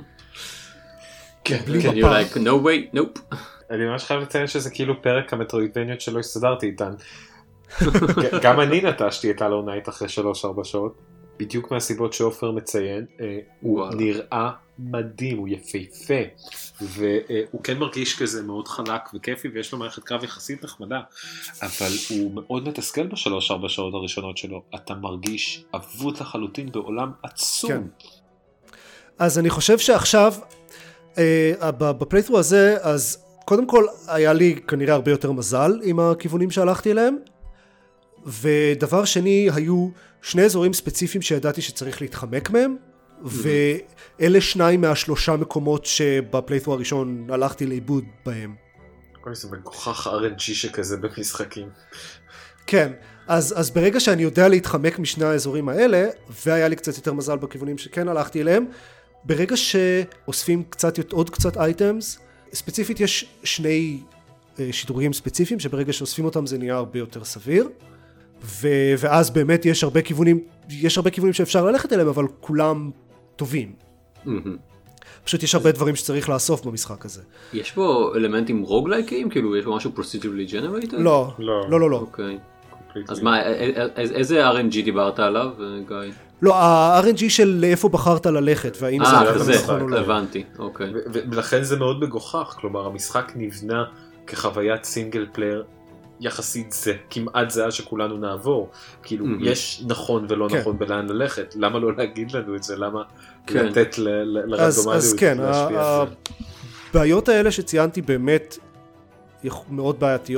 כן, כן, you're like, no way, nope. אני ממש חייב לציין שזה כאילו פרק המטרוידבניות שלא הסתדרתי איתן. גם אני נטשתי את הולו נייט אחרי שלוש ארבע שעות, בדיוק מהסיבות שאופר מציין. הוא נראה מדהים, הוא יפהפה, והוא כן מרגיש כזה מאוד חלק וכיפי, ויש לו מערכת קרב יחסית נחמדה, אבל הוא מאוד מתסכל בשלוש ארבע שעות הראשונות שלו. אתה מרגיש אבוד לחלוטין בעולם עצום. כן. אז אני חושב שעכשיו בפליית'רו הזה, אז קודם כל היה לי כנראה הרבה יותר מזל עם הכיוונים שהלכתי אליהם, ודבר שני, היו שני אזורים ספציפיים שידעתי שצריך להתחמק מהם, ואלה שניים מהשלושה מקומות שבפליית'רו הראשון הלכתי לאיבוד בהם. כל זה מגוחך אר אן ג'י שכזה במשחקים. כן, אז, אז ברגע שאני יודע להתחמק משני האזורים האלה, והיה לי קצת יותר מזל בכיוונים שכן הלכתי אליהם, ברגע שאוספים קצת, עוד קצת אייטמס, ספציפית יש שני שידורים ספציפיים, שברגע שאוספים אותם זה נהיה הרבה יותר סביר, ו- ואז באמת יש הרבה כיוונים, יש הרבה כיוונים שאפשר ללכת אליהם, אבל כולם טובים. פשוט יש הרבה דברים שצריך לאסוף במשחק הזה. יש פה אלמנטים רוגלייקים? כאילו יש פה משהו procedurally generated? לא, לא, לא, לא. אוקיי. אז מה, איזה אר אן ג'י דיברת עליו, גיא? לא, ה-אר אן ג'י של איפה בחרת ללכת, והאם זה היה נכון או לא. הבנתי, אוקיי. ולכן זה מאוד מגוחך, כלומר המשחק נבנה כחוויית סינגל פלייר יחסית זה, כמעט זה שכולנו נעבור, כאילו יש נכון ולא נכון בלאן ללכת, למה לא להגיד לנו את זה, למה לתת לרנדומליות אז כן, הבעיות האלה שציינתי באמת מאוד בעייתיות,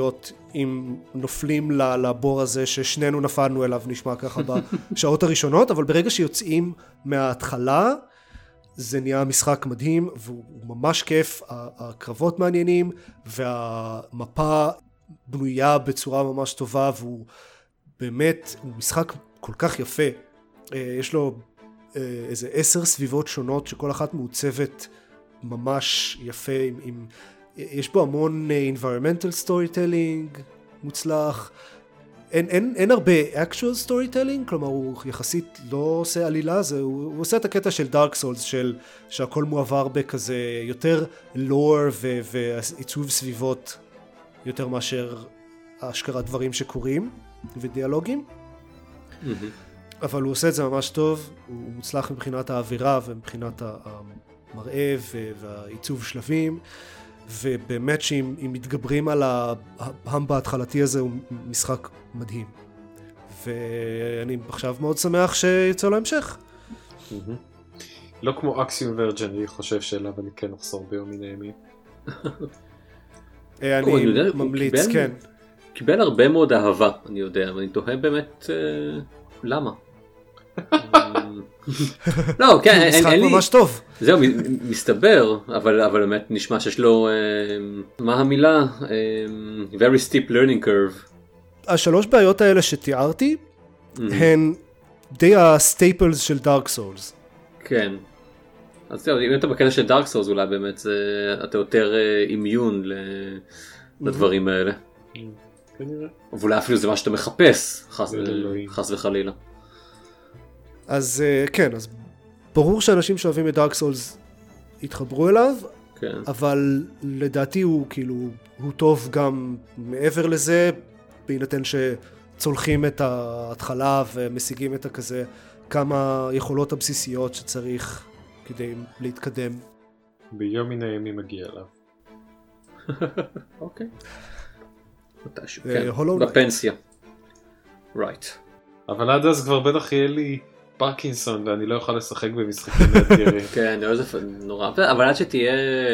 אם נופלים לבור הזה ששנינו נפלנו אליו, נשמע ככה בשעות הראשונות, אבל ברגע שיוצאים מההתחלה, זה נהיה משחק מדהים, והוא ממש כיף, הקרבות מעניינים, והמפה בנויה בצורה ממש טובה, והוא באמת, הוא משחק כל כך יפה. יש לו איזה עשר סביבות שונות, שכל אחת מעוצבת ממש יפה, עם, עם, יש בו המון environmental storytelling מוצלח, אין, אין, אין הרבה actual storytelling, כלומר הוא יחסית לא עושה עלילה, זה, הוא, הוא עושה את הקטע של Dark Souls, של, שהכל מועבר בכזה יותר lore ו, ועיצוב סביבות, יותר מאשר ההשכרת דברים שקורים ודיאלוגים. Mm-hmm. אבל הוא עושה את זה ממש טוב, הוא מוצלח מבחינת האווירה ומבחינת המראה והעיצוב שלבים, ובאמת שאם מתגברים על ההמבה ההתחלתי הזה, הוא משחק מדהים. ואני עכשיו מאוד שמח שיצא לו המשך. לא כמו אקסיום ורג'ן, אני חושב שאליו אני כן אחזור ביום מן הימים. אני ממליץ, כן. קיבל הרבה מאוד אהבה, אני יודע, ואני תוהה באמת למה. לא, כן, אין לי... משחק ממש טוב. זהו, מסתבר, אבל באמת נשמע שיש לו, מה המילה? Very steep learning curve. השלוש בעיות האלה שתיארתי, הן די הסטייפלס של דארק סולס. כן. אז זהו, אם אתה בקטע של דארק סולס, אולי באמת אתה יותר אימיון לדברים האלה. ואולי אפילו זה מה שאתה מחפש, חס וחלילה. אז כן, אז ברור שאנשים שאוהבים את דארק סולס התחברו אליו, כן. אבל לדעתי הוא כאילו, הוא טוב גם מעבר לזה, בהינתן שצולחים את ההתחלה ומשיגים את הכזה, כמה יכולות הבסיסיות שצריך כדי להתקדם. ביום מן הימים מגיע אליו. אוקיי. מתישהו, כן, בפנסיה. Right. אבל עד אז כבר בטח יהיה לי פרקינסון ואני לא אוכל לשחק במשחקים מאתגרים. כן, זה נורא, אבל עד שתהיה,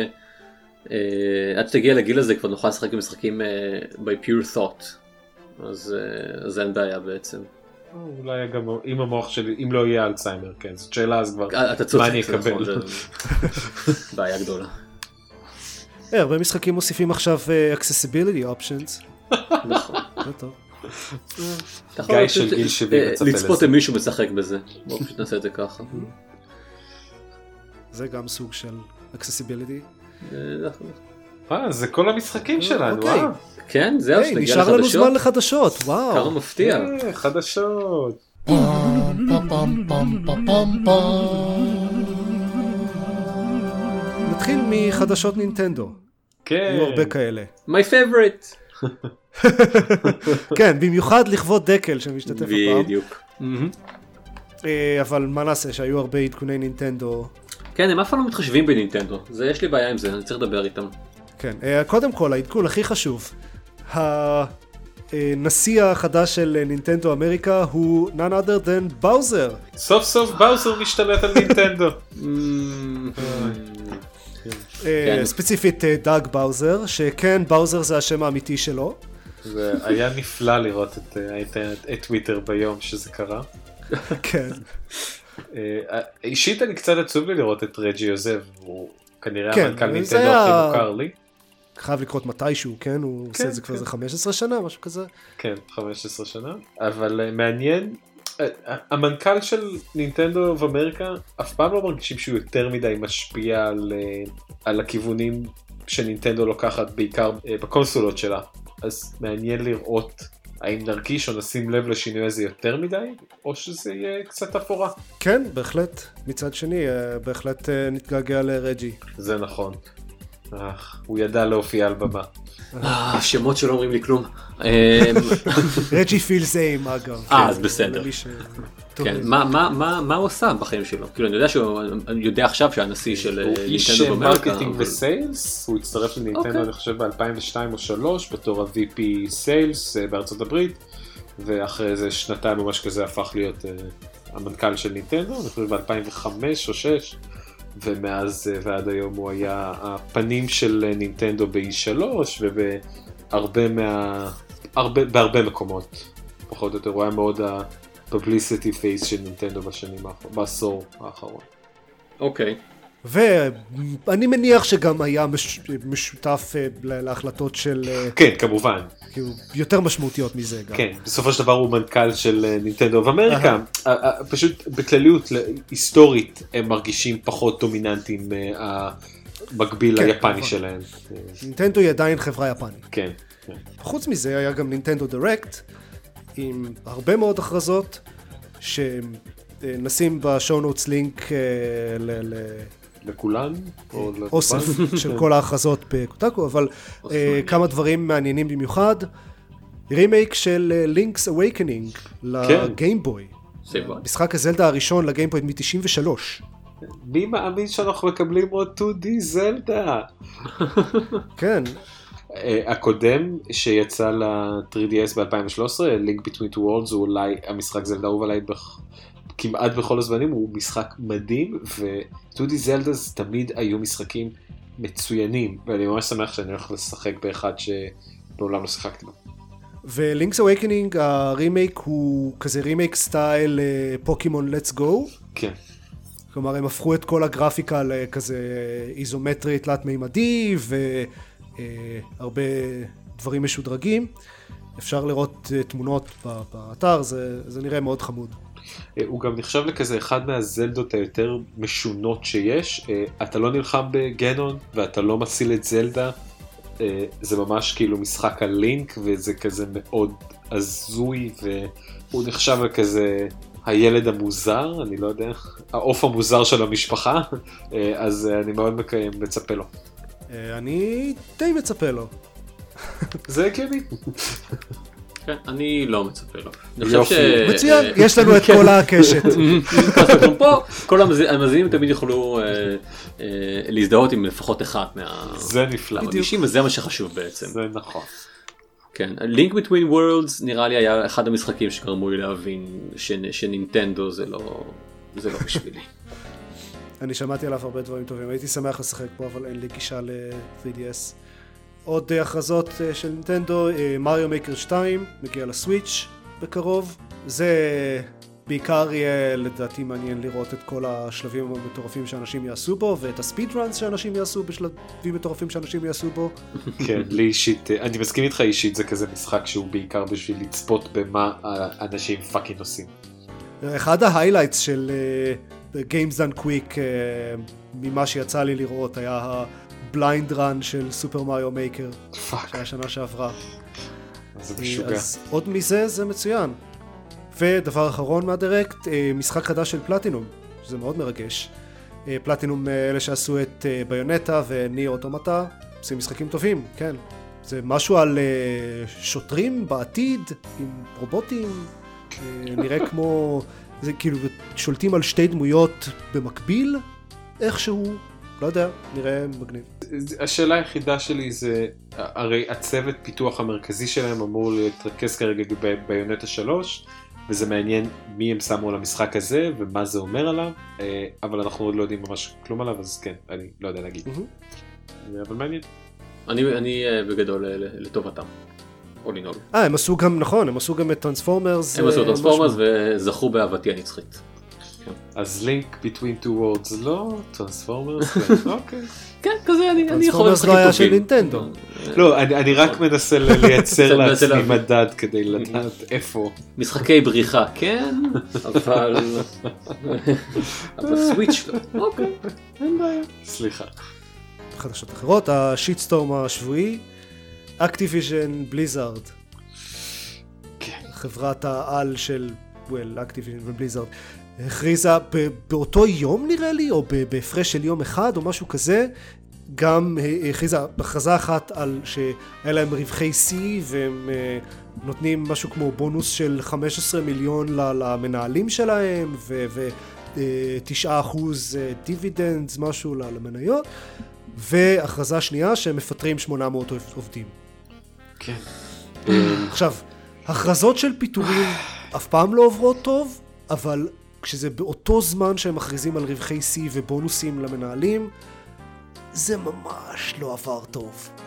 עד שתגיע לגיל הזה כבר נוכל לשחק במשחקים by pure thought, אז אין בעיה בעצם. אולי גם אם המוח שלי, אם לא יהיה אלצהיימר, כן, זאת שאלה אז כבר, מה אני אקבל? בעיה גדולה. הרבה משחקים מוסיפים עכשיו accessibility options. נכון. זה טוב. גיא של גיל שבעים מצפה לזה. לצפות אם מישהו משחק בזה. בואו פשוט נעשה את זה ככה. זה גם סוג של accessibility. אה, זה כל המשחקים שלנו, אה? כן, זהו, שנגיע לחדשות. נשאר לנו זמן לחדשות, וואו. כמה מפתיע. חדשות. נתחיל מחדשות נינטנדו. כן. יהיו הרבה כאלה. My favorite. כן, במיוחד לכבוד דקל שמשתתף הפעם. בדיוק. אבל מה נעשה שהיו הרבה עדכוני נינטנדו. כן, הם אף פעם לא מתחשבים בנינטנדו. זה, יש לי בעיה עם זה, אני צריך לדבר איתם. כן, קודם כל, העדכון הכי חשוב. הנשיא החדש של נינטנדו אמריקה הוא none other than באוזר. סוף סוף באוזר משתלט על נינטנדו. ספציפית דאג באוזר, שכן, באוזר זה השם האמיתי שלו. זה היה נפלא לראות את טוויטר ביום שזה קרה. כן. אישית אני קצת עצוב לי לראות את רג'י עוזב, הוא כנראה המנכ"ל נינטנדו הכי מוכר לי. חייב לקרות מתישהו, כן? הוא עושה את זה כבר איזה חמש עשרה שנה, משהו כזה. כן, חמש עשרה שנה. אבל מעניין, המנכ"ל של נינטנדו באמריקה אף פעם לא מרגישים שהוא יותר מדי משפיע על, על הכיוונים שנינטנדו לוקחת בעיקר בקונסולות שלה. אז מעניין לראות האם נרגיש או נשים לב לשינוי הזה יותר מדי, או שזה יהיה קצת אפורה. כן, בהחלט. מצד שני, בהחלט נתגעגע לרג'י. זה נכון. הוא ידע להופיע על במה. השמות שלא אומרים לי כלום. רג'י פילס איים, אגב. אה, אז בסדר. מה הוא עושה בחיים שלו? כאילו, אני יודע שהוא יודע עכשיו שהנשיא של נינטנדו באמריקה. הוא איש מרקטינג וסיילס, הוא הצטרף לנינטנדו, אני חושב, ב-אלפיים ושתיים או שלוש, בתור ה-וי פי סיילס בארצות הברית, ואחרי איזה שנתיים ממש כזה הפך להיות המנכ"ל של נינטנדו, אני חושב ב-אלפיים וחמש או שש, ומאז ועד היום הוא היה הפנים של נינטנדו ב-אי שלוש, ובהרבה מה... הרבה, בהרבה מקומות, פחות או יותר, הוא היה מאוד ה-publicity face של נינטנדו בשנים האחרון, בעשור האחרון. אוקיי. ואני מניח שגם היה מש... משותף להחלטות של... כן, כמובן. כאילו, יותר משמעותיות מזה גם. כן, בסופו של דבר הוא מנכ"ל של נינטנדו of אמריקה. פשוט בכלליות, היסטורית, הם מרגישים פחות דומיננטיים מהמקביל היפני שלהם. נינטנדו היא עדיין חברה יפנית. כן. חוץ מזה היה גם נינטנדו דירקט, עם הרבה מאוד הכרזות, שנשים בשואו נוטס לינק ל... לכולן? אוסף של כל ההכרזות בקוטקו, אבל כמה דברים מעניינים במיוחד. רימייק של לינקס אווייקנינג לגיימבוי. משחק הזלדה הראשון לגיימבוי מ-תשעים ושלוש. מי מאמין שאנחנו מקבלים עוד טו די זלדה? כן. הקודם שיצא ל-תרי די אס ב-אלפיים ושלוש עשרה, Link Between Two Worlds, הוא אולי המשחק זלדה אהוב עליי כמעט בכל הזמנים, הוא משחק מדהים, ו-טו די זלדאז תמיד היו משחקים מצוינים, ואני ממש שמח שאני הולך לשחק באחד שבעולם לא שיחקתי בו. ולינקס אווייקנינג, הרימייק הוא כזה רימייק סטייל פוקימון Let's Go. כן. כלומר, הם הפכו את כל הגרפיקה לכזה איזומטרי תלת מימדי, והרבה דברים משודרגים. אפשר לראות תמונות באתר, זה, זה נראה מאוד חמוד. הוא גם נחשב לכזה אחד מהזלדות היותר משונות שיש. אתה לא נלחם בגנון ואתה לא מציל את זלדה. זה ממש כאילו משחק על לינק, וזה כזה מאוד הזוי, והוא נחשב לכזה הילד המוזר, אני לא יודע, העוף המוזר של המשפחה, אז אני מאוד מצפה לו. אני די מצפה לו. זה הגיוני. כן, אני לא מצפה לו. מצוין, יש לנו את כל הקשת. פה כל המאזינים תמיד יוכלו להזדהות עם לפחות אחת מהמגישים, וזה מה שחשוב בעצם. זה נכון. כן, Link Between Worlds נראה לי היה אחד המשחקים שגרמו לי להבין שנינטנדו זה לא בשבילי. אני שמעתי עליו הרבה דברים טובים, הייתי שמח לשחק פה, אבל אין לי גישה ל-תרי די אס. עוד הכרזות של נינטנדו, מריו מייקר שתיים מגיע לסוויץ' בקרוב. זה בעיקר יהיה לדעתי מעניין לראות את כל השלבים המטורפים שאנשים יעשו בו, ואת הספיד ראנס שאנשים יעשו בשלבים מטורפים שאנשים יעשו בו. כן, לי אישית, אני מסכים איתך אישית, זה כזה משחק שהוא בעיקר בשביל לצפות במה האנשים פאקינג עושים. אחד ההיילייטס של Games Done Quick ממה שיצא לי לראות היה ה... בליינד רן של סופר מריו מייקר שהיה שנה שעברה. זה משוגע. אז עוד מזה זה מצוין. ודבר אחרון מהדירקט, משחק חדש של פלטינום, שזה מאוד מרגש. פלטינום אלה שעשו את ביונטה וניר אוטומטה, עושים משחקים טובים, כן. זה משהו על שוטרים בעתיד עם רובוטים, נראה כמו, זה כאילו שולטים על שתי דמויות במקביל, איכשהו. לא יודע, נראה מגניב. השאלה היחידה שלי זה, הרי הצוות פיתוח המרכזי שלהם אמור להתרכז כרגע בביונטה שלוש, וזה מעניין מי הם שמו על המשחק הזה ומה זה אומר עליו, אבל אנחנו עוד לא יודעים ממש כלום עליו, אז כן, אני לא יודע להגיד. אבל מעניין. אני בגדול לטובתם. אה, הם עשו גם, נכון, הם עשו גם את טרנספורמרס. הם עשו טרנספורמרס וזכו באהבתי הנצחית. אז Link Between Two Worlds לא, טרנספורמרס, אוקיי. כן, כזה אני יכול לשחק טרנספורמרס לא היה של נינטנדו. לא, אני רק מנסה לייצר לעצמי מדד כדי לדעת איפה. משחקי בריחה, כן, אבל... אבל סוויץ' לא, אוקיי, אין בעיה. סליחה. חדשות אחרות, השיטסטורם השבועי, אקטיביז'ן בליזארד. כן. חברת העל של, well, אקטיביז'ן ובליזארד. הכריזה באותו יום נראה לי, או בהפרש של יום אחד או משהו כזה, גם הכריזה הכרזה אחת על שהיה להם רווחי C, והם נותנים משהו כמו בונוס של חמישה עשר מיליון למנהלים שלהם, ו-תשעה אחוז דיבידנדס, משהו למניות, והכרזה שנייה שהם מפטרים שמונה מאות עובדים. כן. עכשיו, הכרזות של פיטורים אף פעם לא עוברות טוב, אבל כשזה באותו זמן שהם מכריזים על רווחי C ובונוסים למנהלים, זה ממש לא עבר טוב.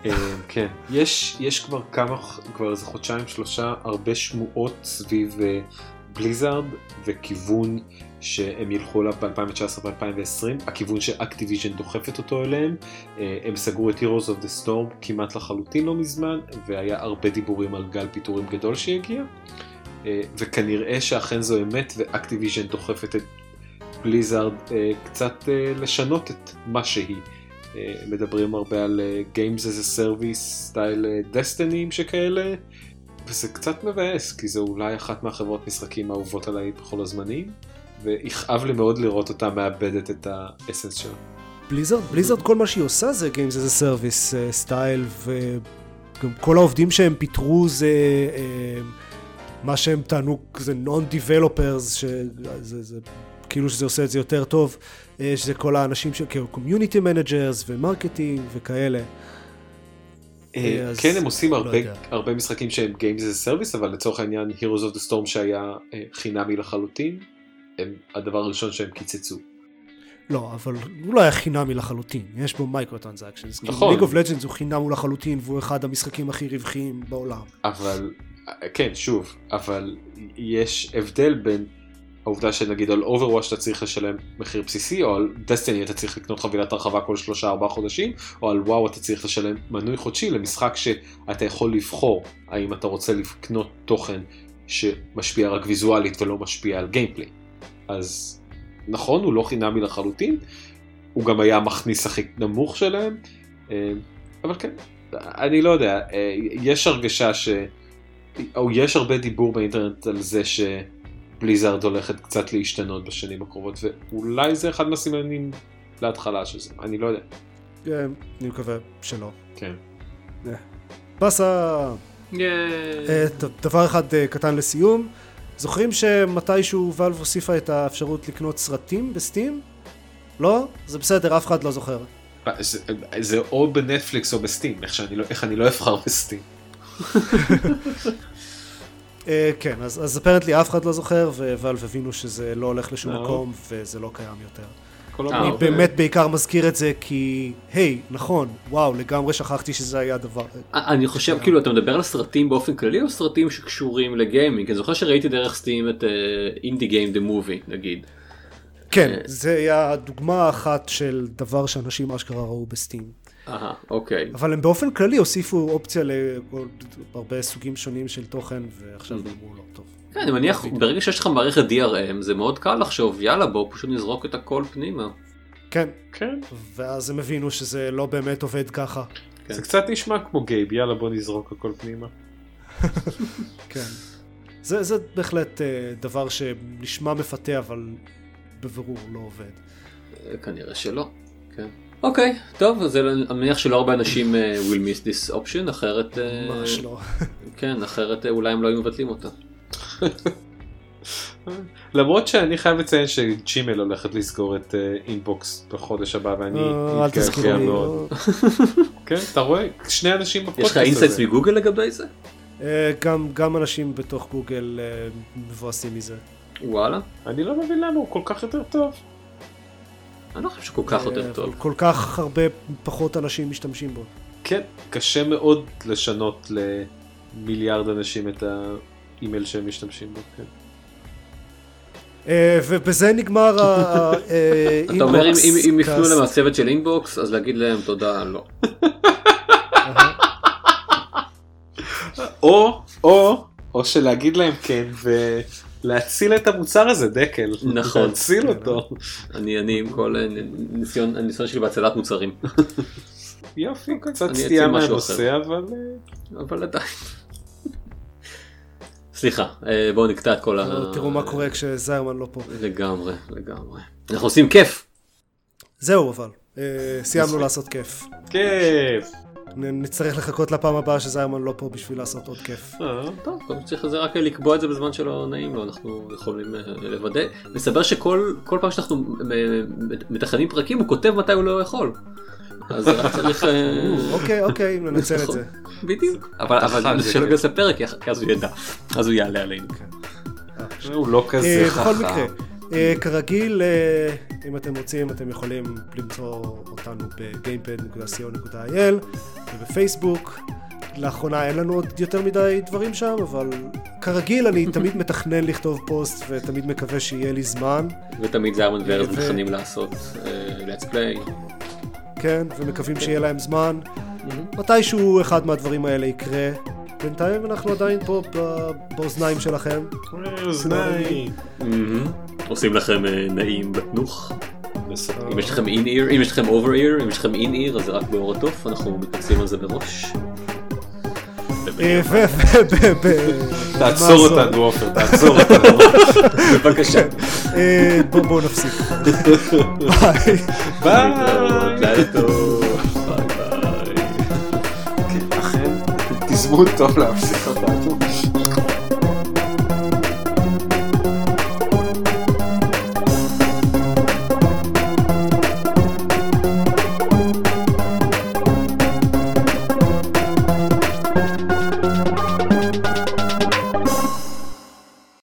כן, יש, יש כבר כמה, כבר איזה חודשיים שלושה, הרבה שמועות סביב בליזארד וכיוון שהם ילכו אליו ב-אלפיים תשע עשרה ב-אלפיים עשרים, הכיוון שאקטיביז'ן דוחפת אותו אליהם. הם סגרו את Heroes of the Storm כמעט לחלוטין לא מזמן, והיה הרבה דיבורים על גל פיטורים גדול שיגיע, וכנראה שאכן זו אמת, ואקטיביז'ן דוחפת את בליזארד קצת לשנות את מה שהיא. מדברים הרבה על Games as a Service סטייל דסטינים שכאלה, וזה קצת מבאס, כי זה אולי אחת מהחברות משחקים האהובות עליי בכל הזמנים, ויכאב לי מאוד לראות אותה מאבדת את האסנס שלה. בליזארד, בליזארד כל מה שהיא עושה זה Games as a Service סטייל, וגם כל העובדים שהם פיטרו זה מה שהם טענו, זה non-developers, שזה זה כאילו שזה עושה את זה יותר טוב, שזה כל האנשים כאילו community managers ומרקטינג וכאלה. כן, הם עושים הרבה משחקים שהם Games as a Service, אבל לצורך העניין Heroes of the Storm שהיה חינמי לחלוטין, הם הדבר הראשון שהם קיצצו. לא, אבל הוא לא היה חינמי לחלוטין, יש בו מייקרו-טרנזקשנס. נכון. League of Legends הוא חינם לחלוטין, והוא אחד המשחקים הכי רווחיים בעולם. אבל, כן, שוב, אבל יש הבדל בין העובדה שנגיד על Overwatch אתה צריך לשלם מחיר בסיסי, או על Destiny אתה צריך לקנות חבילת הרחבה כל שלושה ארבעה חודשים, או על WoW אתה צריך לשלם מנוי חודשי למשחק שאתה יכול לבחור האם אתה רוצה לקנות תוכן שמשפיע רק ויזואלית ולא משפיע על גיימפליי. אז נכון, הוא לא חינמי לחלוטין, הוא גם היה המכניס הכי נמוך שלהם, אבל כן, אני לא יודע, יש הרגשה ש... או יש הרבה דיבור באינטרנט על זה שבליזארד הולכת קצת להשתנות בשנים הקרובות, ואולי זה אחד מהסימנים להתחלה של זה, אני לא יודע. כן, אני מקווה שלא. כן. בסה! דבר אחד קטן לסיום, זוכרים שמתישהו ואלב הוסיפה את האפשרות לקנות סרטים בסטים? לא? זה בסדר, אף אחד לא זוכר. זה, זה או בנטפליקס או בסטים, איך, שאני לא, איך אני לא אבחר בסטים. כן, אז, אז apparently אף אחד לא זוכר, ואלב הבינו שזה לא הולך לשום מקום, וזה לא קיים יותר. אני באמת בעיקר מזכיר את זה כי, היי, נכון, וואו, לגמרי שכחתי שזה היה דבר. אני חושב, כאילו, אתה מדבר על סרטים באופן כללי, או סרטים שקשורים לגיימינג? אני זוכר שראיתי דרך סטים את אינדי גיים דה מובי, נגיד. כן, זה היה דוגמה אחת של דבר שאנשים אשכרה ראו בסטים. אהה, אוקיי. אבל הם באופן כללי הוסיפו אופציה להרבה סוגים שונים של תוכן, ועכשיו אמרו לא טוב. כן, אני מניח, ברגע שיש לך מערכת די אר אם, זה מאוד קל לחשוב, יאללה, בואו פשוט נזרוק את הכל פנימה. כן, כן. ואז הם הבינו שזה לא באמת עובד ככה. זה קצת נשמע כמו גייב, יאללה, בואו נזרוק הכל פנימה. כן. זה, זה בהחלט דבר שנשמע מפתה, אבל בבירור לא עובד. כנראה שלא, כן. אוקיי, טוב, אז אני מניח שלא הרבה אנשים will miss this option, אחרת... ממש לא. כן, אחרת אולי הם לא היו מבטלים אותה. למרות שאני חייב לציין שג'ימל הולכת לסגור את אינבוקס בחודש הבא, ואני מתגעגע מאוד. כן, אתה רואה? שני אנשים בפודקאסט הזה. יש לך אינסייטס מגוגל לגבי זה? גם אנשים בתוך גוגל מבואסים מזה. וואלה? אני לא מבין למה, הוא כל כך יותר טוב. אני לא חושב שכל כך יותר טוב. כל כך הרבה פחות אנשים משתמשים בו. כן, קשה מאוד לשנות למיליארד אנשים את האימייל שהם משתמשים בו, כן. ובזה נגמר האינבוקס. אתה אומר, אם יפנו למעצבת של אינבוקס, אז להגיד להם תודה, לא. או, או, או שלהגיד להם כן, ולהציל את המוצר הזה, דקל. נכון. להציל אותו. אני, אני עם כל ניסיון, הניסיון שלי בהצלת מוצרים. יופי, קצת סטייה מהנושא, אבל... אבל עדיין. סליחה, בואו נקטע את כל ה... תראו מה קורה כשזיירמן לא פה. לגמרי, לגמרי. אנחנו עושים כיף. זהו אבל, סיימנו לעשות כיף. כיף. נצטרך לחכות לפעם הבאה שזיירמן לא פה בשביל לעשות עוד כיף. טוב, צריך לזה רק לקבוע את זה בזמן שלא נעים לו, אנחנו יכולים לוודא. מסבר שכל פעם שאנחנו מתכנים פרקים הוא כותב מתי הוא לא יכול. אז רק צריך... אוקיי, אוקיי, ננצל את זה. בדיוק. אבל שלא גס לפרק, כי אז הוא ידע. אז הוא יעלה עלינו. הוא לא כזה חכם. בכל מקרה, כרגיל, אם אתם רוצים, אתם יכולים למצוא אותנו ב-gamepad דוט סי או דוט איי אל ובפייסבוק. לאחרונה אין לנו עוד יותר מדי דברים שם, אבל כרגיל אני תמיד מתכנן לכתוב פוסט ותמיד מקווה שיהיה לי זמן. ותמיד זה ארמן וארז מתכננים לעשות let's play. כן, ומקווים שיהיה להם זמן. מתישהו אחד מהדברים האלה יקרה. בינתיים אנחנו עדיין פה באוזניים שלכם. אוזניים. עושים לכם נעים בתנוך. אם יש לכם in-ear, אם יש לכם over-ear, אם יש לכם in-ear, אז זה רק באור התוף, אנחנו מתנצלים על זה בראש. תעצור אותנו, עופר, תעצור אותנו. בבקשה. בואו נפסיק. ביי. ביי. לילה טוב. ביי ביי. אכן, תזמון טוב להפסיק אותנו.